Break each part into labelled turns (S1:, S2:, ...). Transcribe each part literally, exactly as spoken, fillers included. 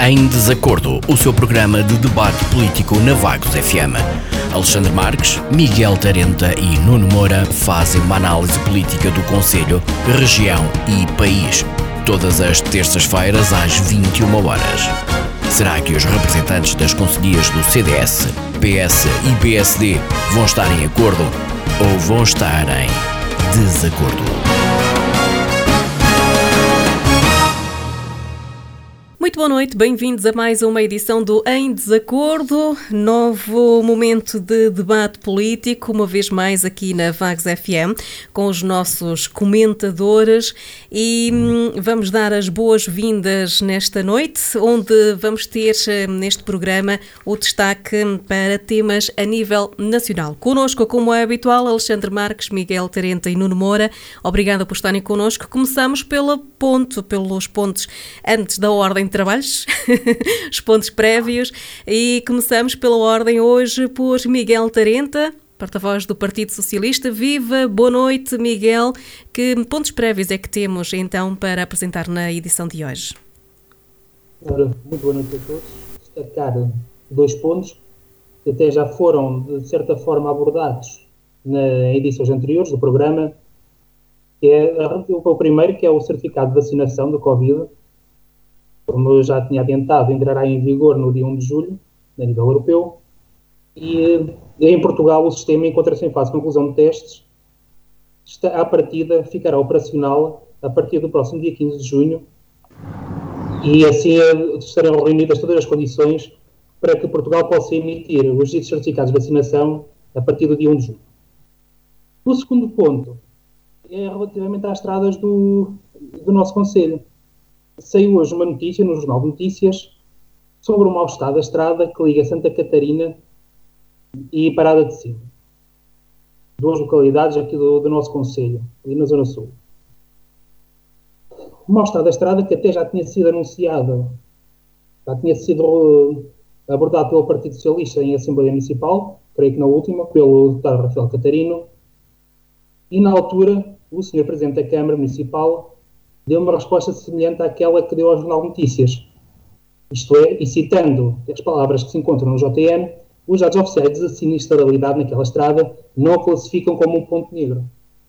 S1: Em Desacordo, o seu programa de debate político na Vagos F M. Alexandre Marques, Miguel Tarenta e Nuno Moura fazem uma análise política do concelho, região e país. Todas as terças-feiras às vinte e uma horas. Será que os representantes das concelhias do C D S, P S e P S D vão estar em acordo ou vão estar em desacordo?
S2: Muito boa noite, bem-vindos a mais uma edição do Em Desacordo, novo momento de debate político, uma vez mais aqui na Vagos F M, com os nossos comentadores, e hum, vamos dar as boas-vindas nesta noite, onde vamos ter neste programa o destaque para temas a nível nacional. Connosco, como é habitual, Alexandre Marques, Miguel Tarenta e Nuno Moura. Obrigada por estarem connosco. Começamos pelo ponto, pelos pontos antes da ordem de trabalhos, os pontos prévios, e começamos pela ordem hoje por Miguel Tarenta, porta-voz do Partido Socialista. Viva, boa noite, Miguel. Que pontos prévios é que temos então para apresentar na edição de hoje?
S3: Ora, muito boa noite a todos. Destacar dois pontos que até já foram, de certa forma, abordados nas edições anteriores do programa, que é o primeiro, que é o certificado de vacinação do Covid. Como eu já tinha adiantado, entrará em vigor no dia primeiro de julho, a nível europeu, e em Portugal o sistema encontra-se em fase de conclusão de testes. Está, à partida, ficará operacional a partir do próximo dia quinze de junho, e assim estarão reunidas todas as condições para que Portugal possa emitir os ditos certificados de vacinação a partir do dia primeiro de julho. O segundo ponto é relativamente às estradas do, do nosso concelho. Saiu hoje uma notícia no Jornal de Notícias sobre o mau estado da estrada que liga Santa Catarina e Parada de Cima. Duas localidades aqui do, do nosso concelho, ali na Zona Sul. O mau estado da estrada, que até já tinha sido anunciado, já tinha sido abordado pelo Partido Socialista em Assembleia Municipal, creio que na última, pelo deputado Rafael Catarino, e na altura o senhor Presidente da Câmara Municipal deu uma resposta semelhante àquela que deu ao Jornal de Notícias. Isto é, e citando as palavras que se encontram no J T N, os dados oficiais da sinistralidade naquela estrada não a classificam como um ponto negro.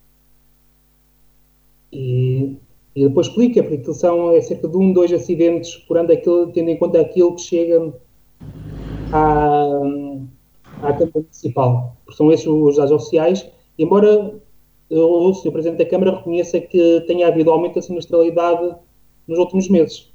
S3: E, e depois explica, porque são é cerca de um, dois acidentes por ano, aquilo, tendo em conta aquilo que chega à, à Câmara Municipal. Porque são esses os dados oficiais, embora o senhor Presidente da Câmara reconheça que tenha havido aumento da sinistralidade nos últimos meses.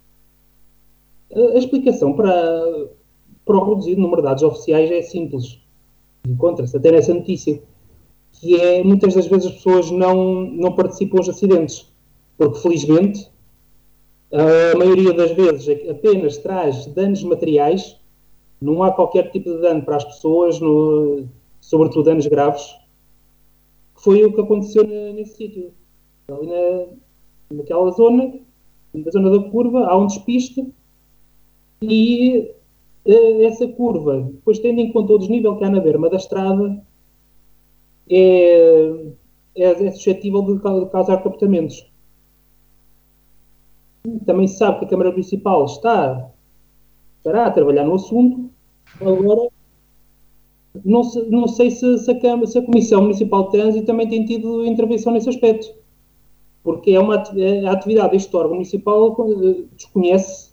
S3: A explicação para, para o reduzido número de dados oficiais é simples. Encontra-se até nessa notícia, que é, muitas das vezes as pessoas não, não participam dos acidentes, porque felizmente a maioria das vezes apenas traz danos materiais, não há qualquer tipo de dano para as pessoas, no, sobretudo danos graves. Foi o que aconteceu nesse sítio. Ali na, naquela zona, na zona da curva, há um despiste e uh, essa curva, depois tendo em conta o desnível que há na berma da estrada, é, é, é suscetível de, de causar capotamentos. Também se sabe que a Câmara Municipal está, estará a trabalhar no assunto. Agora, Não, se, não sei se, se, a Câmara, se a Comissão Municipal de Trânsito também tem tido intervenção nesse aspecto, porque é uma, a atividade deste órgão municipal desconhece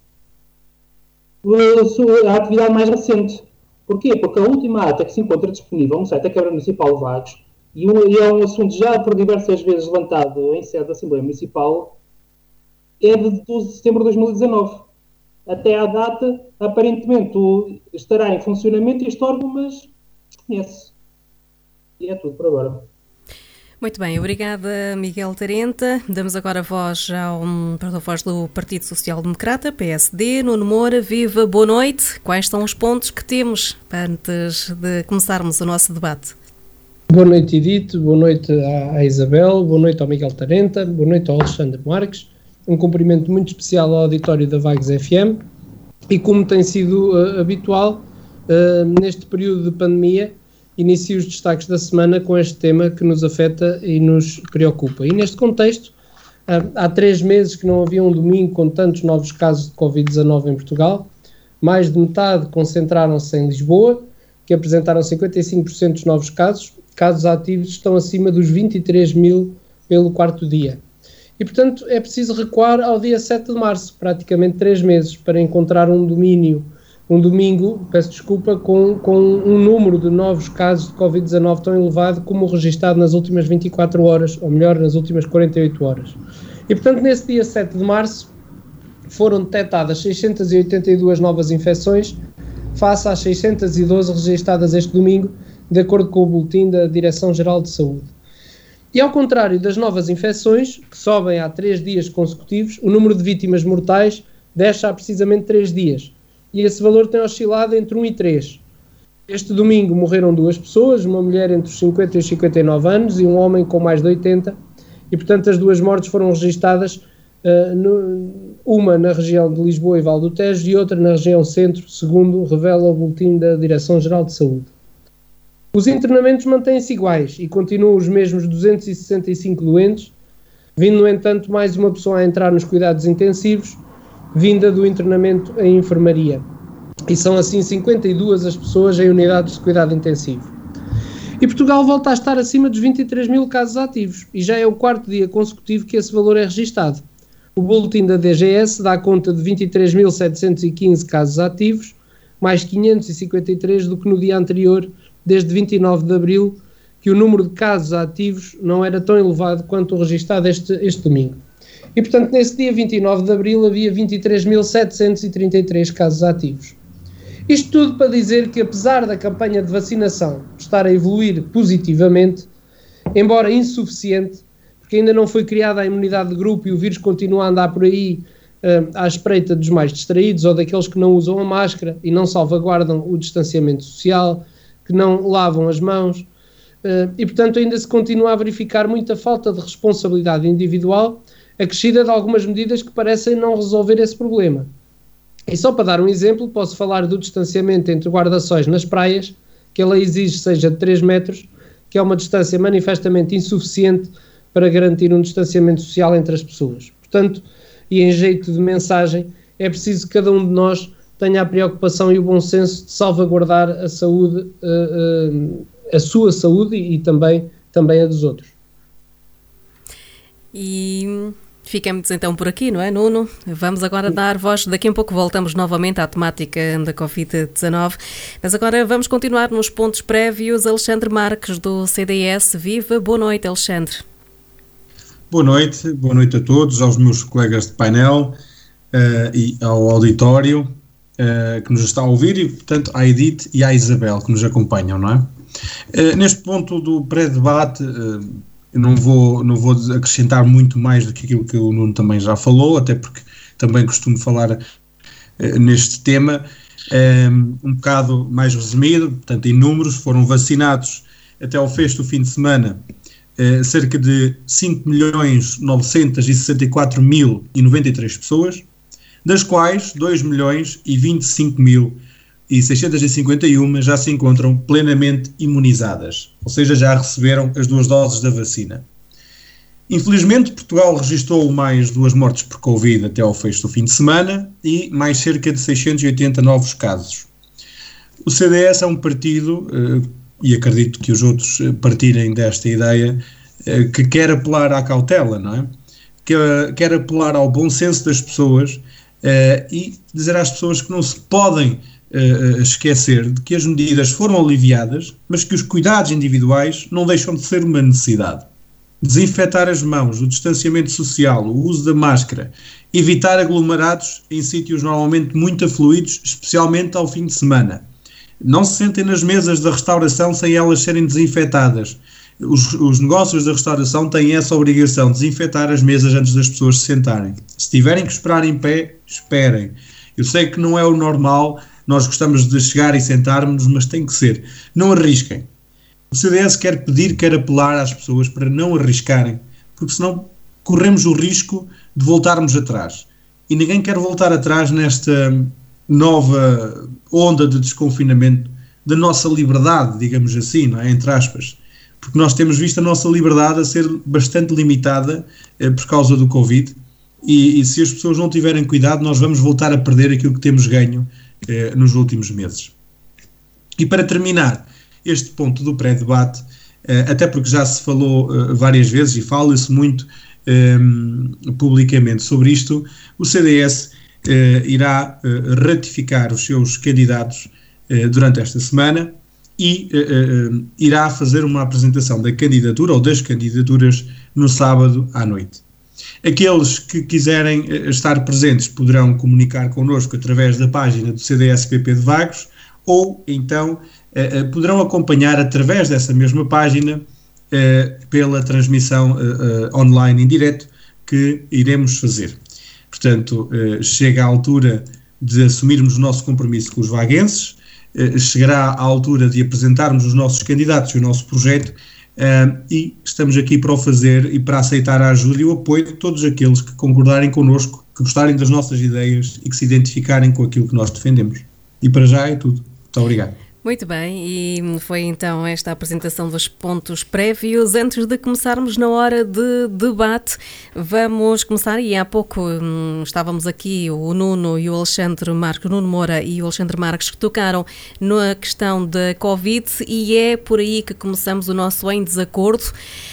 S3: a atividade mais recente. Porquê? Porque a última ata que se encontra disponível no site da Câmara Municipal de Vagos, e, e é um assunto já por diversas vezes levantado em sede da Assembleia Municipal, é de doze de setembro de dois mil e dezanove. Até à data, aparentemente, estará em funcionamento este órgão, mas desconhece. E é tudo por agora.
S2: Muito bem, obrigada, Miguel Tarenta. Damos agora voz ao porta-voz do Partido Social Democrata, P S D, Nuno Moura. Viva, boa noite. Quais são os pontos que temos antes de começarmos o nosso debate?
S4: Boa noite, Edith. Boa noite à, à Isabel. Boa noite ao Miguel Tarenta. Boa noite ao Alexandre Marques. Um cumprimento muito especial ao auditório da Vagos F M. E como tem sido uh, habitual, uh, neste período de pandemia, inicio os destaques da semana com este tema que nos afeta e nos preocupa. E neste contexto, Há três meses que não havia um domingo com tantos novos casos de covid dezanove em Portugal. Mais de metade concentraram-se em Lisboa, que apresentaram cinquenta e cinco por cento dos novos casos. Casos ativos estão acima dos vinte e três mil pelo quarto dia. E, portanto, é preciso recuar ao dia sete de março, praticamente três meses, para encontrar um domínio, um domingo, peço desculpa, com, com um número de novos casos de covid dezanove tão elevado como o registado nas últimas vinte e quatro horas, ou melhor, nas últimas quarenta e oito horas. E, portanto, nesse dia sete de março, foram detectadas seiscentas e oitenta e duas novas infecções, face às seiscentas e doze registadas este domingo, de acordo com o boletim da Direção-Geral de Saúde. E ao contrário das novas infecções, que sobem há três dias consecutivos, o número de vítimas mortais desce há precisamente três dias. E esse valor tem oscilado entre um e três. Este domingo morreram duas pessoas, uma mulher entre os cinquenta e os cinquenta e nove anos e um homem com mais de oitenta, e portanto as duas mortes foram registadas, uh, no, uma na região de Lisboa e Val do Tejo e outra na região centro, segundo revela o boletim da Direção-Geral de Saúde. Os internamentos mantêm-se iguais e continuam os mesmos duzentos e sessenta e cinco doentes, vindo no entanto mais uma pessoa a entrar nos cuidados intensivos, vinda do internamento em enfermaria. E são assim cinquenta e duas as pessoas em unidades de cuidado intensivo. E Portugal volta a estar acima dos vinte e três mil casos ativos, e já é o quarto dia consecutivo que esse valor é registado. O boletim da D G S dá conta de vinte e três mil setecentos e quinze casos ativos, mais quinhentos e cinquenta e três do que no dia anterior, desde vinte e nove de abril, que o número de casos ativos não era tão elevado quanto o registado este, este domingo. E, portanto, nesse dia vinte e nove de abril havia vinte e três mil setecentos e trinta e três casos ativos. Isto tudo para dizer que, apesar da campanha de vacinação estar a evoluir positivamente, embora insuficiente, porque ainda não foi criada a imunidade de grupo e o vírus continua a andar por aí uh, à espreita dos mais distraídos ou daqueles que não usam a máscara e não salvaguardam o distanciamento social, que não lavam as mãos, uh, e, portanto, ainda se continua a verificar muita falta de responsabilidade individual, acrescida de algumas medidas que parecem não resolver esse problema. E só para dar um exemplo, posso falar do distanciamento entre guarda-sóis nas praias, que a lei exige seja de três metros, que é uma distância manifestamente insuficiente para garantir um distanciamento social entre as pessoas. Portanto, e em jeito de mensagem, é preciso que cada um de nós tenha a preocupação e o bom senso de salvaguardar a saúde, uh, uh, a sua saúde e também, também a dos outros.
S2: E ficamos então por aqui, não é, Nuno? Vamos agora dar voz, daqui a um pouco voltamos novamente à temática da covid dezanove, mas agora vamos continuar nos pontos prévios. Alexandre Marques, do C D S. Viva, boa noite, Alexandre.
S5: Boa noite, boa noite a todos, aos meus colegas de painel uh, e ao auditório uh, que nos está a ouvir e, portanto, à Edith e à Isabel que nos acompanham, não é? Uh, neste ponto do pré-debate, uh, eu não vou, não vou acrescentar muito mais do que aquilo que o Nuno também já falou, até porque também costumo falar uh, neste tema, um, um bocado mais resumido. Portanto, em números, foram vacinados até ao fecho do fim de semana uh, cerca de cinco milhões novecentos e sessenta e quatro mil e noventa e três pessoas, das quais dois milhões e vinte e cinco mil e seiscentos e cinquenta e uma já se encontram plenamente imunizadas, ou seja, já receberam as duas doses da vacina. Infelizmente, Portugal registrou mais duas mortes por Covid até ao fecho do fim de semana e mais cerca de seiscentos e oitenta novos casos. O C D S é um partido, e acredito que os outros partilhem desta ideia, que quer apelar à cautela, não é? Que quer apelar ao bom senso das pessoas e dizer às pessoas que não se podem Uh, esquecer de que as medidas foram aliviadas, mas que os cuidados individuais não deixam de ser uma necessidade. Desinfetar as mãos, o distanciamento social, o uso da máscara, evitar aglomerados em sítios normalmente muito afluídos, especialmente ao fim de semana. Não se sentem nas mesas da restauração sem elas serem desinfetadas. Os, os negócios da restauração têm essa obrigação, desinfetar as mesas antes das pessoas se sentarem. Se tiverem que esperar em pé, esperem. Eu sei que não é o normal. Nós gostamos de chegar e sentarmos, mas tem que ser. Não arrisquem. O C D S quer pedir, quer apelar às pessoas para não arriscarem, porque senão corremos o risco de voltarmos atrás. E ninguém quer voltar atrás nesta nova onda de desconfinamento da nossa liberdade, digamos assim, não é? Entre aspas. porque nós temos visto a nossa liberdade a ser bastante limitada eh, por causa do Covid, e, e se as pessoas não tiverem cuidado, nós vamos voltar a perder aquilo que temos ganho eh, nos últimos meses. E para terminar este ponto do pré-debate, eh, até porque já se falou eh, várias vezes e fala-se muito eh, publicamente sobre isto, o C D S eh, irá eh, ratificar os seus candidatos eh, durante esta semana e eh, eh, irá fazer uma apresentação da candidatura ou das candidaturas no sábado à noite. Aqueles que quiserem eh, estar presentes poderão comunicar connosco através da página do C D S P P de Vagos, ou então eh, poderão acompanhar através dessa mesma página eh, pela transmissão eh, eh, online em direto que iremos fazer. Portanto, eh, chega a altura de assumirmos o nosso compromisso com os vaguenses, eh, chegará a altura de apresentarmos os nossos candidatos e o nosso projeto, eh, e estamos aqui para o fazer e para aceitar a ajuda e o apoio de todos aqueles que concordarem connosco, que gostarem das nossas ideias e que se identificarem com aquilo que nós defendemos. E para já é tudo. Muito obrigado.
S2: Muito bem, e foi então esta apresentação dos pontos prévios. Antes de começarmos na hora de debate, vamos começar, e há pouco hum, estávamos aqui, o Nuno e o Alexandre Marques, o Nuno Moura e o Alexandre Marques, que tocaram na questão da Covid, e é por aí que começamos o nosso Em Desacordo.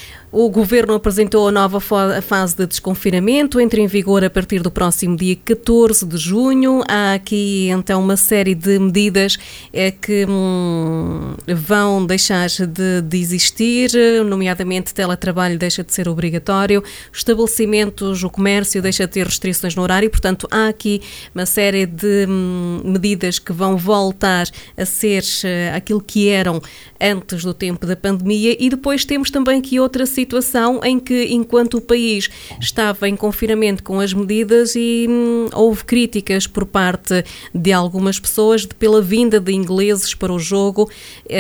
S2: O Governo apresentou a nova fase de desconfinamento, entra em vigor a partir do próximo dia catorze de junho. Há aqui então uma série de medidas é, que hum, vão deixar de, de existir, nomeadamente teletrabalho deixa de ser obrigatório, estabelecimentos, o comércio deixa de ter restrições no horário, portanto há aqui uma série de hum, medidas que vão voltar a ser uh, aquilo que eram antes do tempo da pandemia. E depois temos também aqui outra situação em que, enquanto o país estava em confinamento com as medidas, e hum, houve críticas por parte de algumas pessoas de, pela vinda de ingleses para o jogo,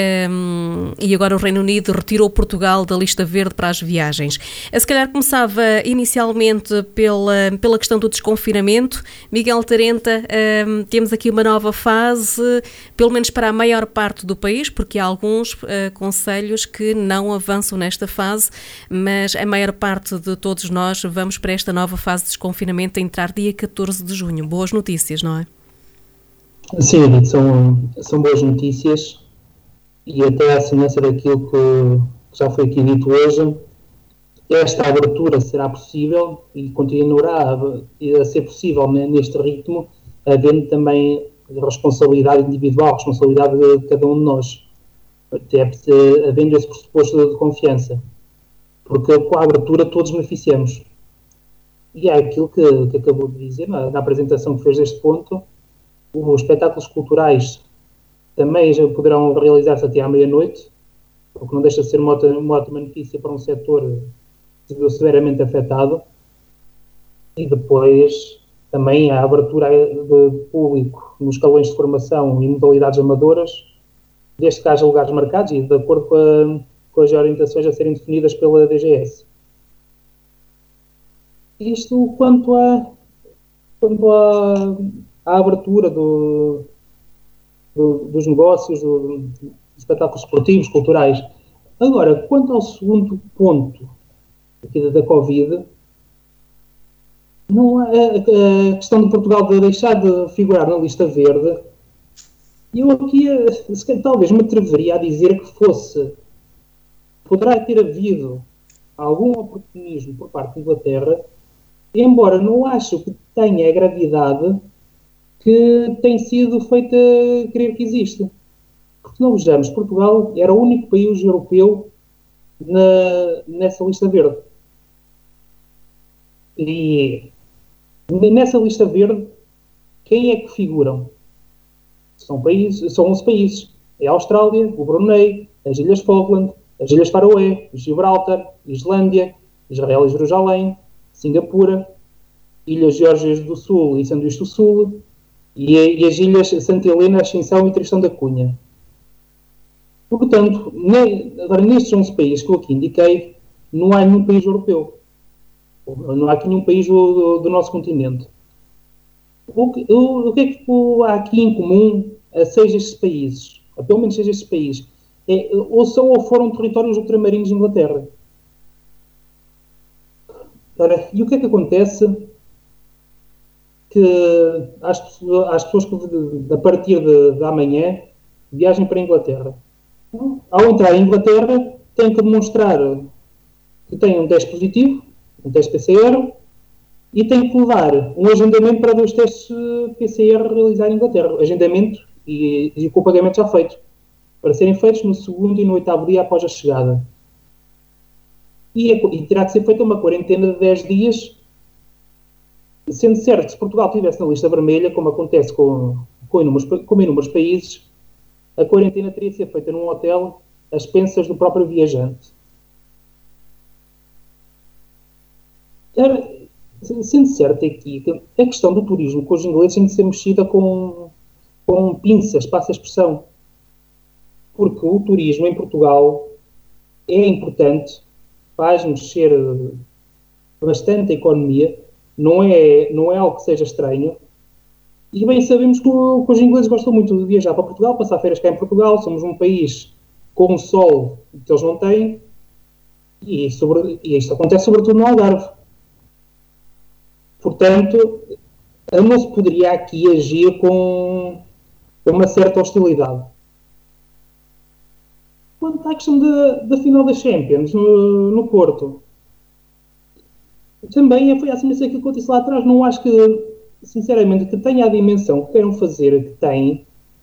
S2: hum, e agora o Reino Unido retirou Portugal da lista verde para as viagens. Se calhar começava inicialmente pela, pela questão do desconfinamento. Miguel Tarenta, hum, temos aqui uma nova fase, pelo menos para a maior parte do país, porque há alguns uh, concelhos que não avançam nesta fase, mas a maior parte de todos nós vamos para esta nova fase de desconfinamento a entrar dia catorze de junho. Boas notícias, não é?
S3: Sim, Edith, são, são boas notícias, e até à semelhança daquilo que já foi aqui dito hoje, esta abertura será possível e continuará a, a ser possível neste ritmo, havendo também responsabilidade individual, responsabilidade de cada um de nós, até havendo esse pressuposto de confiança, porque com a abertura todos beneficiamos. E é aquilo que, que acabou de dizer na, na apresentação que fez deste ponto. Os espetáculos culturais também já poderão realizar-se até à meia-noite, o que não deixa de ser uma, uma ótima notícia para um setor que se viu severamente afetado. E depois também a abertura de público nos escalões de formação e modalidades amadoras, desde que haja lugares marcados e de acordo com, a, com as orientações a serem definidas pela D G S. Isto quanto a quanto a a abertura do, do, dos negócios, do, dos espetáculos esportivos, culturais. Agora, quanto ao segundo ponto aqui da Covid, não há, a, a questão de Portugal de deixar de figurar na lista verde, eu aqui talvez me atreveria a dizer que fosse, poderá ter havido algum oportunismo por parte da Inglaterra, embora não acho que tenha a gravidade que tem sido feita crer que existe. Porque não vejamos, Portugal era o único país europeu na, nessa lista verde. E nessa lista verde, quem é que figuram? São, países, são onze países. É a Austrália, o Brunei, as Ilhas Falkland, as Ilhas Faroé, Gibraltar, Islândia, Israel e Jerusalém, Singapura, Ilhas Geórgias do Sul e Sanduíche do Sul, e, e as Ilhas Santa Helena, Ascensão e Tristão da Cunha. Portanto, ne, agora nestes onze países que eu aqui indiquei, não há nenhum país europeu. Não há aqui nenhum país do, do, do nosso continente. O que, o, o que é que há aqui em comum a seis destes países? A pelo menos seis destes países. é, ou são ou foram territórios ultramarinos de Inglaterra. Ora, e o que é que acontece? Que às, às pessoas que a partir de, de amanhã viajem para a Inglaterra. Ao entrar em Inglaterra, têm que demonstrar que têm um teste positivo, um teste P C R, e têm que levar um agendamento para dois testes P C R realizar em Inglaterra. Agendamento e, e com o pagamento já feito. Para serem feitos no segundo e no oitavo dia após a chegada. E, e terá que ser feita uma quarentena de dez dias, sendo certo que se Portugal estivesse na lista vermelha, como acontece com, com, inúmeros, com inúmeros países, a quarentena teria de ser feita num hotel às expensas do próprio viajante. Era, sendo certo aqui que a questão do turismo com os ingleses tem de ser mexida com, com pinças, passa a expressão. Porque o turismo em Portugal é importante, faz mexer bastante a economia, não é, não é algo que seja estranho. E bem sabemos que, o, que os ingleses gostam muito de viajar para Portugal, passar férias cá em Portugal. Somos um país com um sol que eles não têm, e, sobre, e isto acontece sobretudo no Algarve. Portanto, não se poderia aqui agir com, com uma certa hostilidade. Quanto à questão da, da final da Champions no, no Porto, também foi assim aquilo que eu disse lá atrás. Não acho que, sinceramente, que tenha a dimensão que queiram fazer, que tem,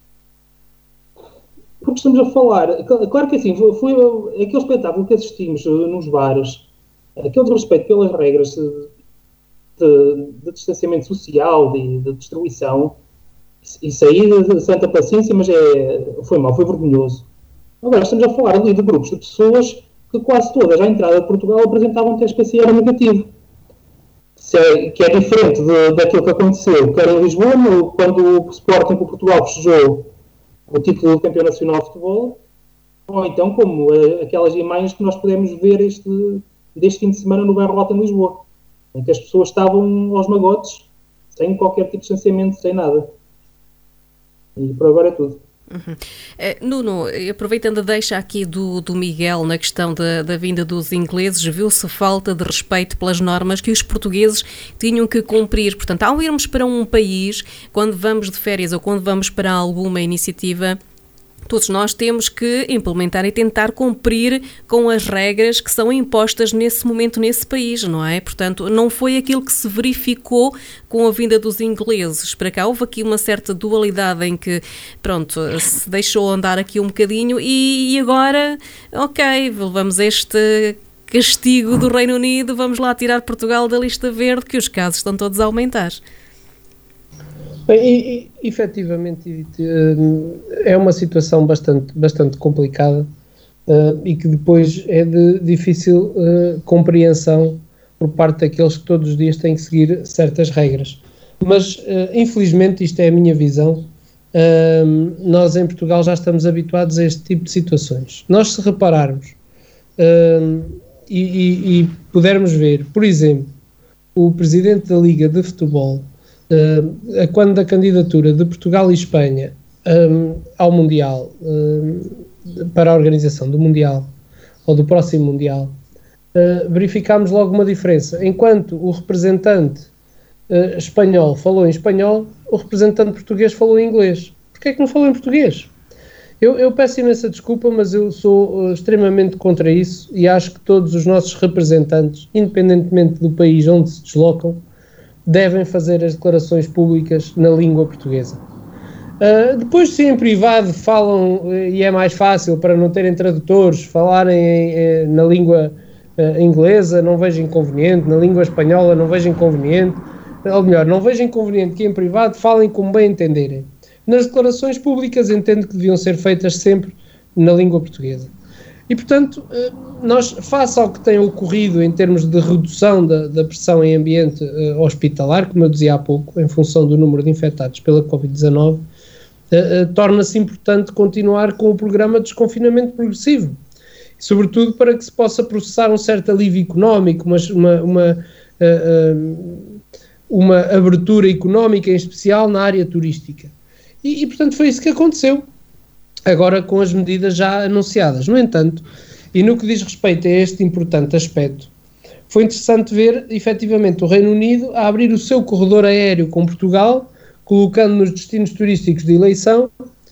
S3: porque estamos a falar, claro que assim, foi, foi aquele espetáculo que assistimos nos bares, aquele respeito pelas regras de, de, de distanciamento social, de, de distribuição, isso aí de santa paciência, mas é, foi mal, foi vergonhoso. Agora estamos a falar ali de grupos de pessoas que quase todas, à entrada de Portugal, apresentavam um teste P C R negativo. Se é, que é diferente de, daquilo que aconteceu, quer em Lisboa, no, quando o Sporting com Portugal festejou o título do campeão nacional de futebol, ou então como uh, aquelas imagens que nós podemos ver este, deste fim de semana no bairro Rota em Lisboa, em que as pessoas estavam aos magotes, sem qualquer tipo de distanciamento, sem nada. E por agora é tudo.
S2: Uhum. Uh, Nuno, aproveitando a deixa aqui do, do Miguel na questão da, da vinda dos ingleses, viu-se falta de respeito pelas normas que os portugueses tinham que cumprir. Portanto, ao irmos para um país, quando vamos de férias ou quando vamos para alguma iniciativa, todos nós temos que implementar e tentar cumprir com as regras que são impostas nesse momento, nesse país, não é? Portanto, não foi aquilo que se verificou com a vinda dos ingleses para cá. Houve aqui uma certa dualidade em que, pronto, se deixou andar aqui um bocadinho e, e agora, ok, levamos este castigo do Reino Unido, vamos lá tirar Portugal da lista verde, que os casos estão todos a aumentar.
S4: Bem, e, e, efetivamente é uma situação bastante, bastante complicada uh, e que depois é de difícil uh, compreensão por parte daqueles que todos os dias têm que seguir certas regras. Mas, uh, infelizmente, isto é a minha visão, uh, nós em Portugal já estamos habituados a este tipo de situações. Nós, se repararmos uh, e, e, e pudermos ver, por exemplo, o presidente da Liga de Futebol, Uh, quando da candidatura de Portugal e Espanha um, ao Mundial, um, para a organização do Mundial ou do próximo Mundial, uh, verificámos logo uma diferença. Enquanto o representante uh, espanhol falou em espanhol, o representante português falou em inglês. Porquê é que não falou em português? Eu, eu peço imensa desculpa, mas eu sou uh, extremamente contra isso e acho que todos os nossos representantes, independentemente do país onde se deslocam, devem fazer as declarações públicas na língua portuguesa. Uh, depois, se em privado falam, uh, e é mais fácil para não terem tradutores, falarem em, uh, na língua uh, inglesa, não vejo inconveniente, na língua espanhola não vejo inconveniente, ou melhor, não vejo inconveniente que em privado falem como bem entenderem. Nas declarações públicas entendo que deviam ser feitas sempre na língua portuguesa. E, portanto, nós, face ao que tem ocorrido em termos de redução da, da pressão em ambiente uh, hospitalar, como eu dizia há pouco, em função do número de infectados pela covid dezanove, uh, uh, torna-se importante continuar com o programa de desconfinamento progressivo, sobretudo para que se possa processar um certo alívio económico, uma, uma, uma, uh, uh, uma abertura económica, em especial na área turística. E, e, portanto, foi isso que aconteceu. agora com as medidas já anunciadas. No entanto, e no que diz respeito a este importante aspecto, foi interessante ver, efetivamente, o Reino Unido a abrir o seu corredor aéreo com Portugal, colocando nos destinos turísticos de eleição,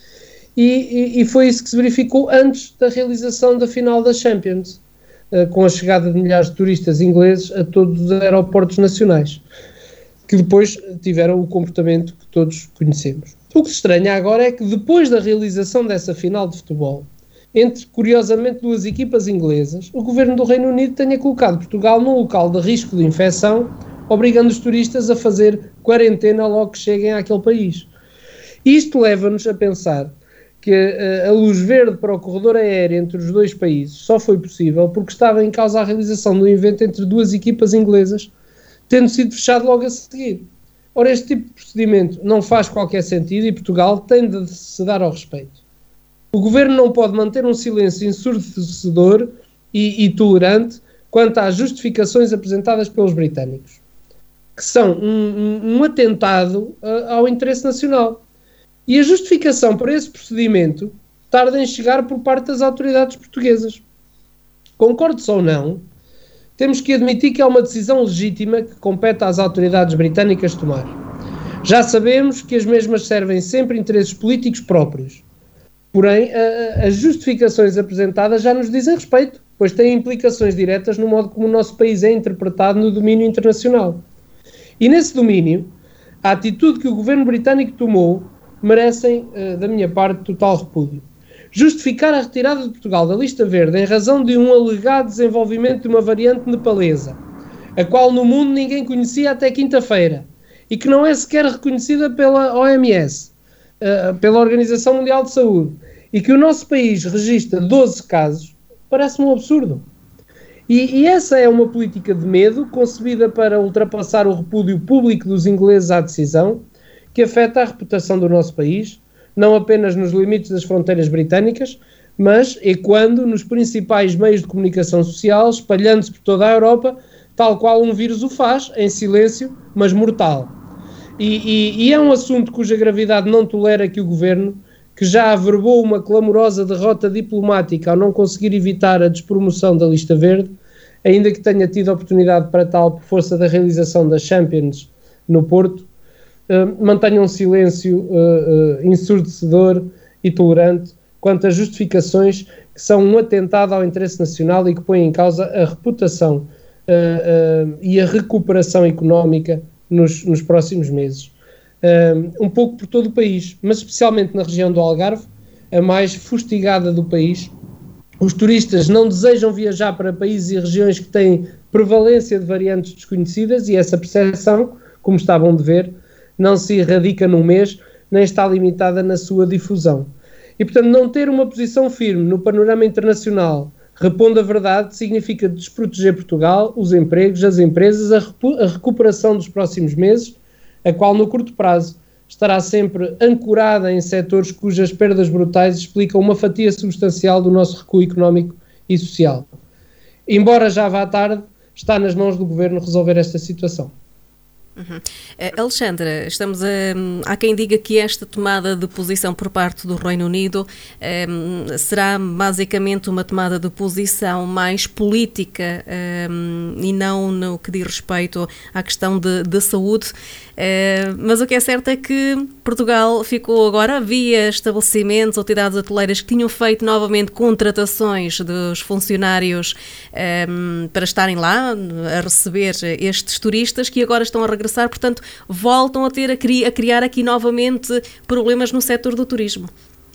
S4: e, e, e foi isso que se verificou antes da realização da final da Champions, uh, com a chegada de milhares de turistas ingleses a todos os aeroportos nacionais, que depois tiveram o comportamento que todos conhecemos. O que se estranha agora é que depois da realização dessa final de futebol, entre, curiosamente, duas equipas inglesas, o governo do Reino Unido tenha colocado Portugal num local de risco de infecção, obrigando os turistas a fazer quarentena logo que cheguem àquele país. Isto leva-nos a pensar que uh, a luz verde para o corredor aéreo entre os dois países só foi possível porque estava em causa a realização do evento entre duas equipas inglesas, tendo sido fechado logo a seguir. Ora, este tipo de procedimento não faz qualquer sentido e Portugal tem de se dar ao respeito. O governo não pode manter um silêncio ensurdecedor e, e tolerante quanto às justificações apresentadas pelos britânicos, que são um, um, um atentado uh, ao interesse nacional. E a justificação para esse procedimento tarda em chegar por parte das autoridades portuguesas. Concorde-se ou não, temos que admitir que é uma decisão legítima que compete às autoridades britânicas tomar. Já sabemos que as mesmas servem sempre interesses políticos próprios. Porém, a, as justificações apresentadas já nos dizem respeito, pois têm implicações diretas no modo como o nosso país é interpretado no domínio internacional. E nesse domínio, a atitude que o governo britânico tomou merecem, uh, da minha parte, total repúdio. Justificar a retirada de Portugal da lista verde em razão de um alegado desenvolvimento de uma variante nepalesa, a qual no mundo ninguém conhecia até quinta-feira, e que não é sequer reconhecida pela O M S, uh, pela Organização Mundial de Saúde, e que o nosso país registra doze casos, parece-me um absurdo. E, e essa é uma política de medo concebida para ultrapassar o repúdio público dos ingleses à decisão, que afeta a reputação do nosso país, não apenas nos limites das fronteiras britânicas, mas ecoando nos principais meios de comunicação social, espalhando-se por toda a Europa, tal qual um vírus o faz, em silêncio, mas mortal. E, e, e é um assunto cuja gravidade não tolera que o governo, que já averbou uma clamorosa derrota diplomática ao não conseguir evitar a despromoção da lista verde, ainda que tenha tido oportunidade para tal por força da realização das Champions no Porto, uh, mantenha um silêncio uh, uh, ensurdecedor e tolerante quanto a justificações que são um atentado ao interesse nacional e que põem em causa a reputação uh, uh, e a recuperação económica nos, nos próximos meses. Uh, um pouco por todo o país, mas especialmente na região do Algarve, a mais fustigada do país. Os turistas não desejam viajar para países e regiões que têm prevalência de variantes desconhecidas e essa percepção, como estavam de ver, não se erradica num mês, nem está limitada na sua difusão. E, portanto, não ter uma posição firme no panorama internacional, repondo a verdade, significa desproteger Portugal, os empregos, as empresas, a, repu- a recuperação dos próximos meses, a qual no curto prazo estará sempre ancorada em setores cujas perdas brutais explicam uma fatia substancial do nosso recuo económico e social. Embora já vá tarde, está nas mãos do Governo resolver esta situação.
S2: Uhum. Uh, Alexandra, estamos a, há quem diga que esta tomada de posição por parte do Reino Unido um, será basicamente uma tomada de posição mais política um, e não no que diz respeito à questão de, de saúde, uh, mas o que é certo é que Portugal ficou agora, havia estabelecimentos, entidades hoteleiras que tinham feito novamente contratações dos funcionários um, para estarem lá a receber estes turistas que agora estão a regressar, portanto, voltam a ter a, cri- a criar aqui novamente problemas no setor do turismo.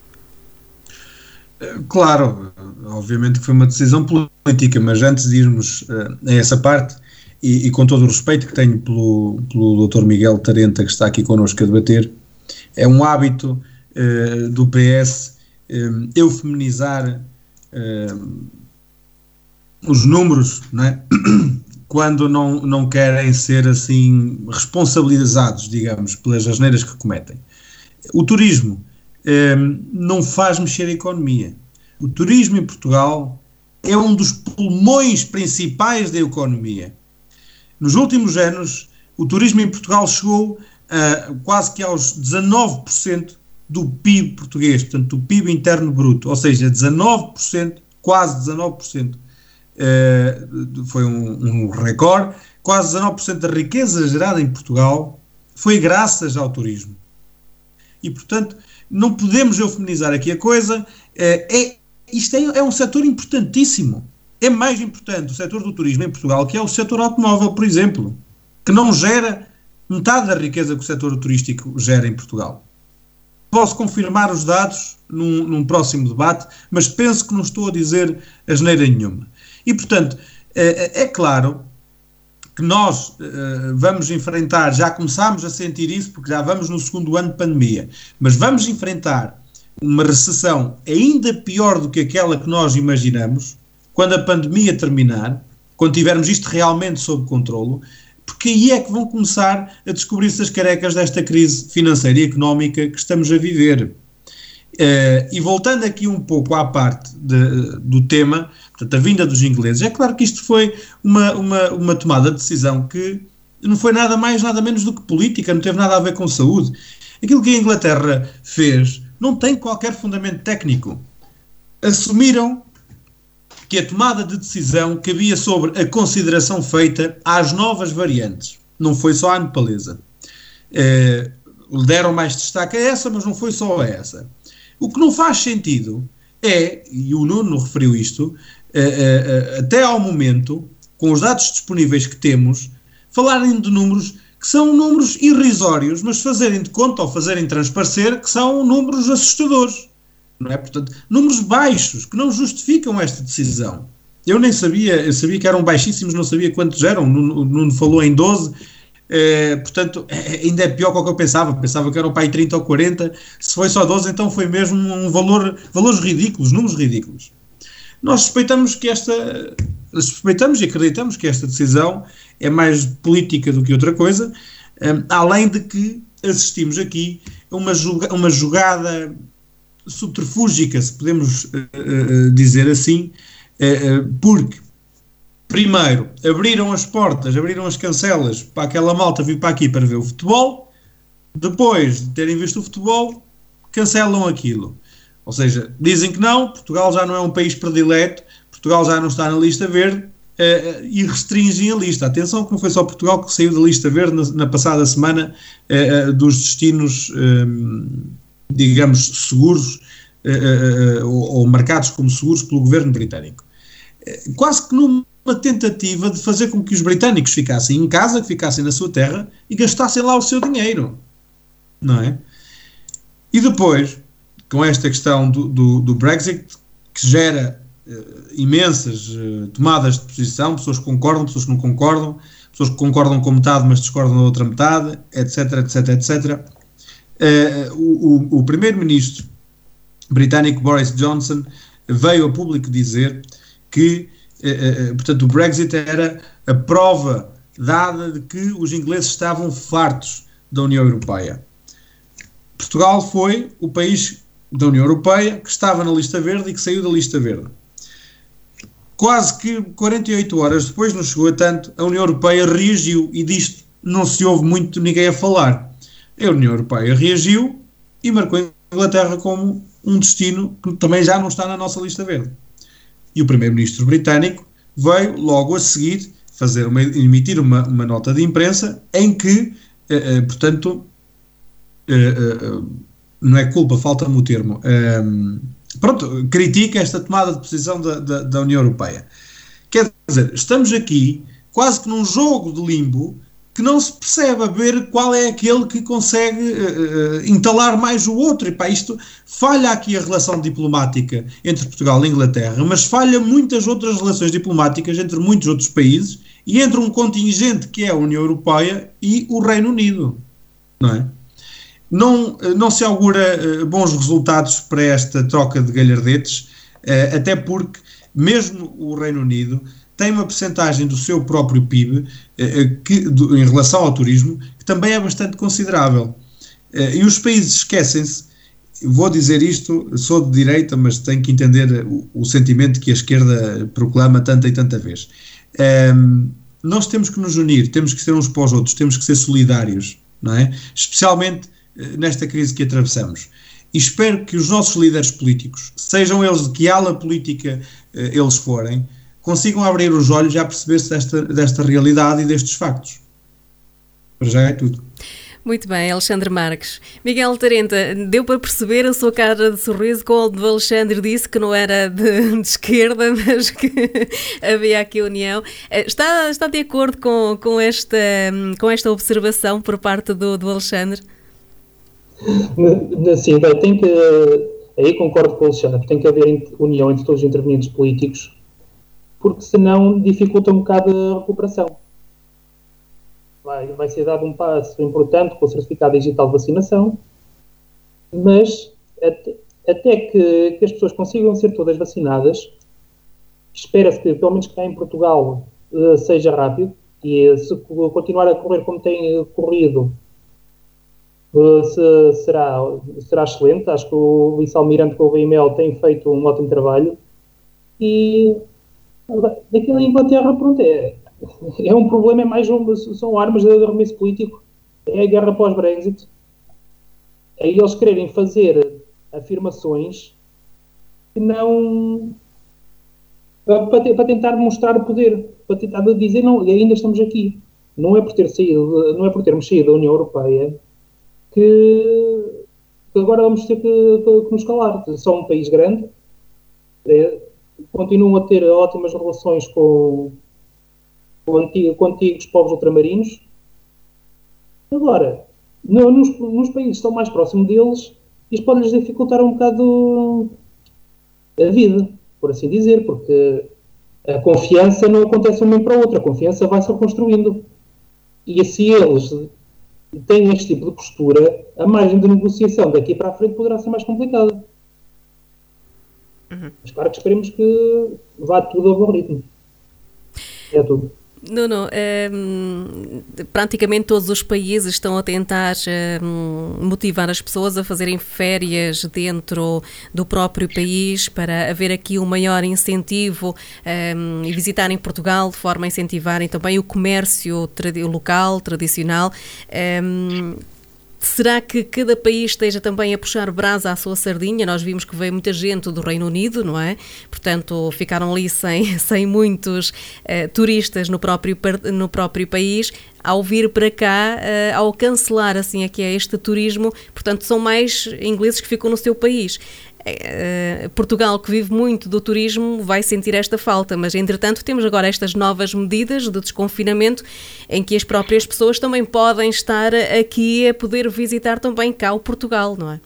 S5: Claro, obviamente que foi uma decisão política, mas antes de irmos uh, a essa parte, e, e com todo o respeito que tenho pelo, pelo doutor Miguel Tarenta, que está aqui connosco a debater, é um hábito uh, do P S uh, eufeminizar uh, os números, não é? Quando não, não querem ser assim responsabilizados, digamos, pelas asneiras que cometem. O turismo eh, não faz mexer a economia. O turismo em Portugal é um dos pulmões principais da economia. Nos últimos anos, o turismo em Portugal chegou a, quase que aos dezanove por cento do P I B português, portanto do P I B interno bruto, ou seja, dezanove por cento, quase dezanove por cento, uh, foi um, um recorde, quase dezanove por cento da riqueza gerada em Portugal foi graças ao turismo. E, portanto, não podemos eufeminizar aqui a coisa, uh, é, isto é, é um setor importantíssimo. É mais importante o setor do turismo em Portugal que é o setor automóvel, por exemplo, que não gera metade da riqueza que o setor turístico gera em Portugal. Posso confirmar os dados num, num próximo debate, mas penso que não estou a dizer asneira nenhuma. E, portanto, é, é claro que nós uh, vamos enfrentar, já começámos a sentir isso, porque já vamos no segundo ano de pandemia, mas vamos enfrentar uma recessão ainda pior do que aquela que nós imaginamos, quando a pandemia terminar, quando tivermos isto realmente sob controlo, porque aí é que vão começar a descobrir-se as carecas desta crise financeira e económica que estamos a viver. Uh, e voltando aqui um pouco à parte de, do tema, portanto, a vinda dos ingleses, é claro que isto foi uma, uma, uma tomada de decisão que não foi nada mais, nada menos do que política, não teve nada a ver com saúde. Aquilo que a Inglaterra fez não tem qualquer fundamento técnico. Assumiram que a tomada de decisão cabia sobre a consideração feita às novas variantes. Não foi só a nepalesa. Eh, deram mais destaque a essa, mas não foi só a essa. O que não faz sentido é, e o Nuno referiu isto, eh, eh, até ao momento, com os dados disponíveis que temos, falarem de números que são números irrisórios, mas fazerem de conta ou fazerem transparecer que são números assustadores. Não é? Portanto, números baixos, que não justificam esta decisão. Eu nem sabia, eu sabia que eram baixíssimos, não sabia quantos eram, o Nuno, Nuno falou em doze, eh, portanto, ainda é pior que o que eu pensava, pensava que eram para aí trinta ou quarenta, se foi só doze, então foi mesmo um valor, valores ridículos, números ridículos. Nós suspeitamos que esta, suspeitamos e acreditamos que esta decisão é mais política do que outra coisa, eh, além de que assistimos aqui a uma, juga, uma jogada subterfúgica, se podemos uh, uh, dizer assim, uh, uh, porque primeiro abriram as portas, abriram as cancelas para aquela malta vir para aqui para ver o futebol, depois de terem visto o futebol, cancelam aquilo. Ou seja, dizem que não, Portugal já não é um país predileto, Portugal já não está na lista verde, uh, e restringem a lista. Atenção que não foi só Portugal que saiu da lista verde na, na passada semana uh, uh, dos destinos um, digamos, seguros uh, uh, ou, ou marcados como seguros pelo governo britânico. Uh, quase que numa tentativa de fazer com que os britânicos ficassem em casa, que ficassem na sua terra e gastassem lá o seu dinheiro. Não é? E depois, com esta questão do, do, do Brexit, que gera uh, imensas uh, tomadas de posição, pessoas que concordam, pessoas que não concordam, pessoas que concordam com metade, mas discordam da outra metade, etc, etc, etcétera. Uh, o, o, o primeiro-ministro britânico Boris Johnson veio a público dizer que uh, uh, portanto, o Brexit era a prova dada de que os ingleses estavam fartos da União Europeia. Portugal foi o país da União Europeia que estava na lista verde e que saiu da lista verde. Quase que quarenta e oito horas depois, não chegou a tanto, a União Europeia reagiu e disto não se ouve muito ninguém a falar. A União Europeia reagiu e marcou a Inglaterra como um destino que também já não está na nossa lista verde. E o primeiro-ministro britânico veio logo a seguir fazer uma, emitir uma, uma nota de imprensa em que, eh, eh, portanto, eh, eh, não é culpa, falta-me o termo, eh, pronto, critica esta tomada de posição da, da, da União Europeia. Quer dizer, estamos aqui quase que num jogo de limbo que não se percebe a ver qual é aquele que consegue uh, entalar mais o outro. E pá, isto falha aqui a relação diplomática entre Portugal e Inglaterra, mas falha muitas outras relações diplomáticas entre muitos outros países e entre um contingente que é a União Europeia e o Reino Unido. Não é? Não, não se augura uh, bons resultados para esta troca de galhardetes, uh, até porque mesmo o Reino Unido tem uma percentagem do seu próprio P I B eh, que, do, em relação ao turismo, que também é bastante considerável. Eh, e os países esquecem-se, vou dizer isto, sou de direita, mas tenho que entender o, o sentimento que a esquerda proclama tanta e tanta vez. Eh, nós temos que nos unir, temos que ser uns para os outros, temos que ser solidários, não é? Especialmente eh, nesta crise que atravessamos. e espero que os nossos líderes políticos, sejam eles de que ala política uh, eles forem, consigam abrir os olhos e a perceber-se desta, desta realidade e destes factos. Para já é tudo.
S2: Muito bem, Alexandre Marques. Miguel Tarenta, deu para perceber a sua cara de sorriso quando o Alexandre disse que não era de, de esquerda, mas que havia aqui união. Está, está de acordo com, com, esta, com esta observação por parte do, do Alexandre?
S3: Sim, bem, tem que, aí concordo com o Alexandre, tem que haver união entre todos os intervenientes políticos, porque senão dificulta um bocado a recuperação. Vai, vai ser dado um passo importante com o certificado digital de vacinação, mas até, até que, que as pessoas consigam ser todas vacinadas, espera-se que, pelo menos cá em Portugal, uh, seja rápido, e se continuar a correr como tem corrido, uh, se, será, será excelente. Acho que o Luís Almirante com o V I M E L tem feito um ótimo trabalho, e aqui na Inglaterra, pronto, é... É um problema, é mais um, são armas de arremesso político, é a guerra pós-Brexit. É eles quererem fazer afirmações que não... Para, para tentar mostrar o poder, para tentar dizer, não, ainda estamos aqui. Não é por ter saído, não é por termos saído da União Europeia que, que agora vamos ter que, que, que nos calar. São um país grande, é, continuam a ter ótimas relações com... Com, antigo, com antigos povos ultramarinos. Agora, no, nos, nos países que estão mais próximos deles, isto pode-lhes dificultar um bocado a vida, por assim dizer, porque a confiança não acontece de um momento para o outro, a confiança vai-se reconstruindo. E se eles têm este tipo de postura, a margem de negociação daqui para a frente poderá ser mais complicada. Uhum. Mas claro que esperemos que vá tudo a bom ritmo. É tudo.
S2: Nuno, um, praticamente todos os países estão a tentar um, motivar as pessoas a fazerem férias dentro do próprio país para haver aqui um maior incentivo um, e visitarem Portugal de forma a incentivarem também o comércio trad- local, tradicional. Um, Será que cada país esteja também a puxar brasa à sua sardinha? Nós vimos que veio muita gente do Reino Unido, não é? Portanto, ficaram ali sem, sem muitos uh, turistas no próprio, no próprio país. Ao vir para cá, uh, ao cancelar assim aqui este turismo, portanto, são mais ingleses que ficam no seu país. Uh, Portugal, que vive muito do turismo, vai sentir esta falta, mas entretanto temos agora estas novas medidas de desconfinamento em que as próprias pessoas também podem estar aqui a poder visitar também cá o Portugal, não é?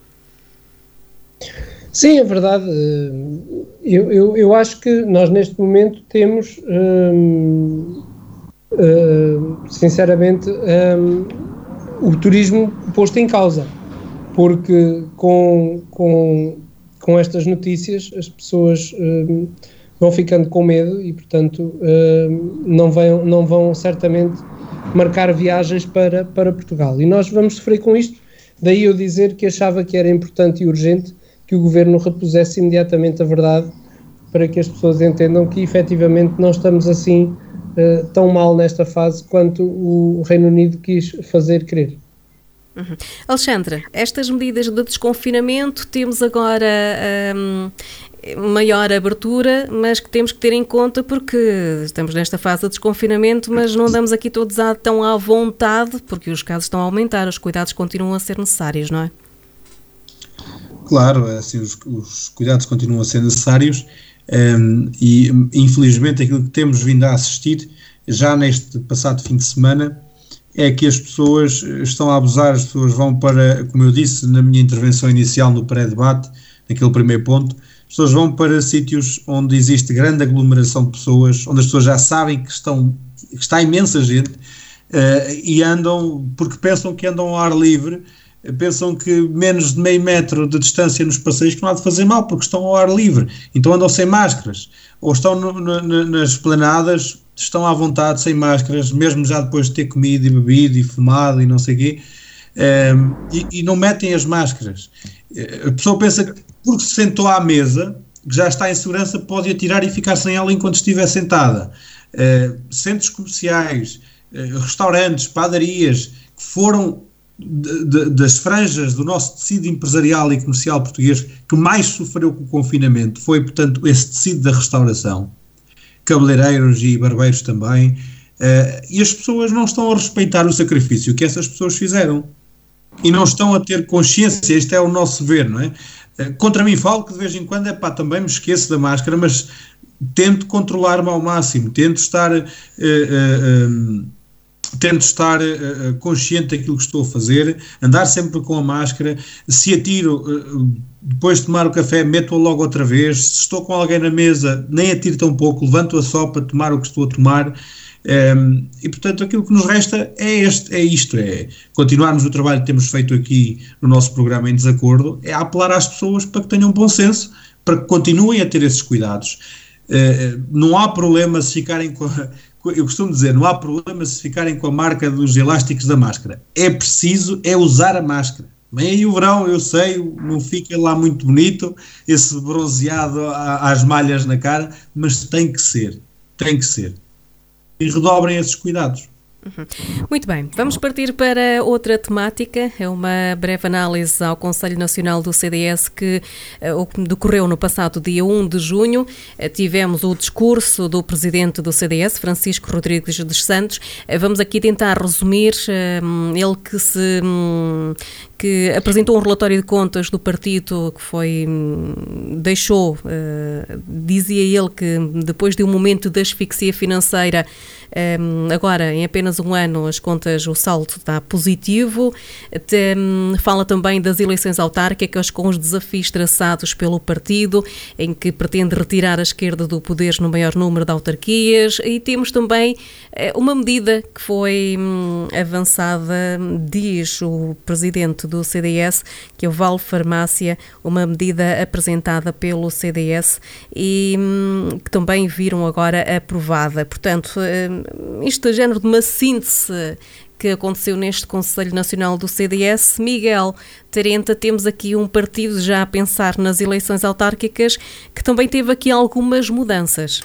S4: Sim, é verdade. Eu, eu, eu acho que nós neste momento temos, hum, hum, sinceramente, hum, o turismo posto em causa, porque com... com com estas notícias as pessoas um, vão ficando com medo e, portanto, um, não, vão, não vão certamente marcar viagens para, para Portugal. E nós vamos sofrer com isto, daí eu dizer que achava que era importante e urgente que o Governo repusesse imediatamente a verdade para que as pessoas entendam que, efetivamente, não estamos assim uh, tão mal nesta fase quanto o Reino Unido quis fazer crer.
S2: Uhum. Alexandre, estas medidas de desconfinamento, temos agora um, maior abertura, mas que temos que ter em conta porque estamos nesta fase de desconfinamento, mas não andamos aqui todos a, tão à vontade porque os casos estão a aumentar, os cuidados continuam a ser necessários, não é?
S5: Claro, assim, os, os cuidados continuam a ser necessários um, e infelizmente aquilo que temos vindo a assistir já neste passado fim de semana é que as pessoas estão a abusar, as pessoas vão para, como eu disse na minha intervenção inicial no pré-debate, naquele primeiro ponto, as pessoas vão para sítios onde existe grande aglomeração de pessoas, onde as pessoas já sabem que, estão, que está imensa gente uh, e andam, porque pensam que andam ao ar livre, pensam que menos de meio metro de distância nos passeios que não há de fazer mal, porque estão ao ar livre, então andam sem máscaras, ou estão no, no, nas esplanadas, estão à vontade, sem máscaras, mesmo já depois de ter comido e bebido e fumado e não sei o quê, um, e, e não metem as máscaras. A pessoa pensa que porque se sentou à mesa, que já está em segurança, pode atirar e ficar sem ela enquanto estiver sentada. Uh, centros comerciais, uh, restaurantes, padarias, que foram de, de, das franjas do nosso tecido empresarial e comercial português que mais sofreu com o confinamento foi, portanto, esse tecido da restauração, cabeleireiros e barbeiros também, uh, e as pessoas não estão a respeitar o sacrifício que essas pessoas fizeram e não estão a ter consciência. Este é o nosso ver, não é? Uh, contra mim falo que de vez em quando é pá, também me esqueço da máscara, mas tento controlar-me ao máximo, tento estar, uh, uh, um, tento estar uh, consciente daquilo que estou a fazer, andar sempre com a máscara. Se atiro, uh, depois de tomar o café, meto-a logo outra vez. Se estou com alguém na mesa, nem atiro tão pouco, levanto-a só para tomar o que estou a tomar. Um, e portanto aquilo que nos resta é, este, é isto, é continuarmos o trabalho que temos feito aqui no nosso programa Em Desacordo, é apelar às pessoas para que tenham bom senso, para que continuem a ter esses cuidados. Uh, não há problema se ficarem com a, eu costumo dizer, não há problema se ficarem com a marca dos elásticos da máscara, é preciso é usar a máscara. Vem aí o verão, eu sei, não fica lá muito bonito esse bronzeado às malhas na cara, mas tem que ser, tem que ser. E redobrem esses cuidados.
S2: Uhum. Muito bem, vamos partir para outra temática. É uma breve análise ao Conselho Nacional do C D S que uh, decorreu no passado dia um de junho. Uh, tivemos o discurso do presidente do C D S, Francisco Rodrigues dos Santos. Uh, vamos aqui tentar resumir. Uh, ele que se... Um, que apresentou um relatório de contas do partido que foi, deixou, uh, dizia ele que depois de um momento de asfixia financeira, um, agora em apenas um ano as contas, o saldo está positivo. Tem, fala também das eleições autárquicas com os desafios traçados pelo partido, em que pretende retirar a esquerda do poder no maior número de autarquias, e temos também uh, uma medida que foi um, avançada, diz o presidente do C D S, que é o Vale Farmácia, uma medida apresentada pelo C D S e hum, que também viram agora aprovada. Portanto, hum, isto é género de uma síntese que aconteceu neste Conselho Nacional do C D S. Miguel Tarenta, temos aqui um partido já a pensar nas eleições autárquicas que também teve aqui algumas mudanças.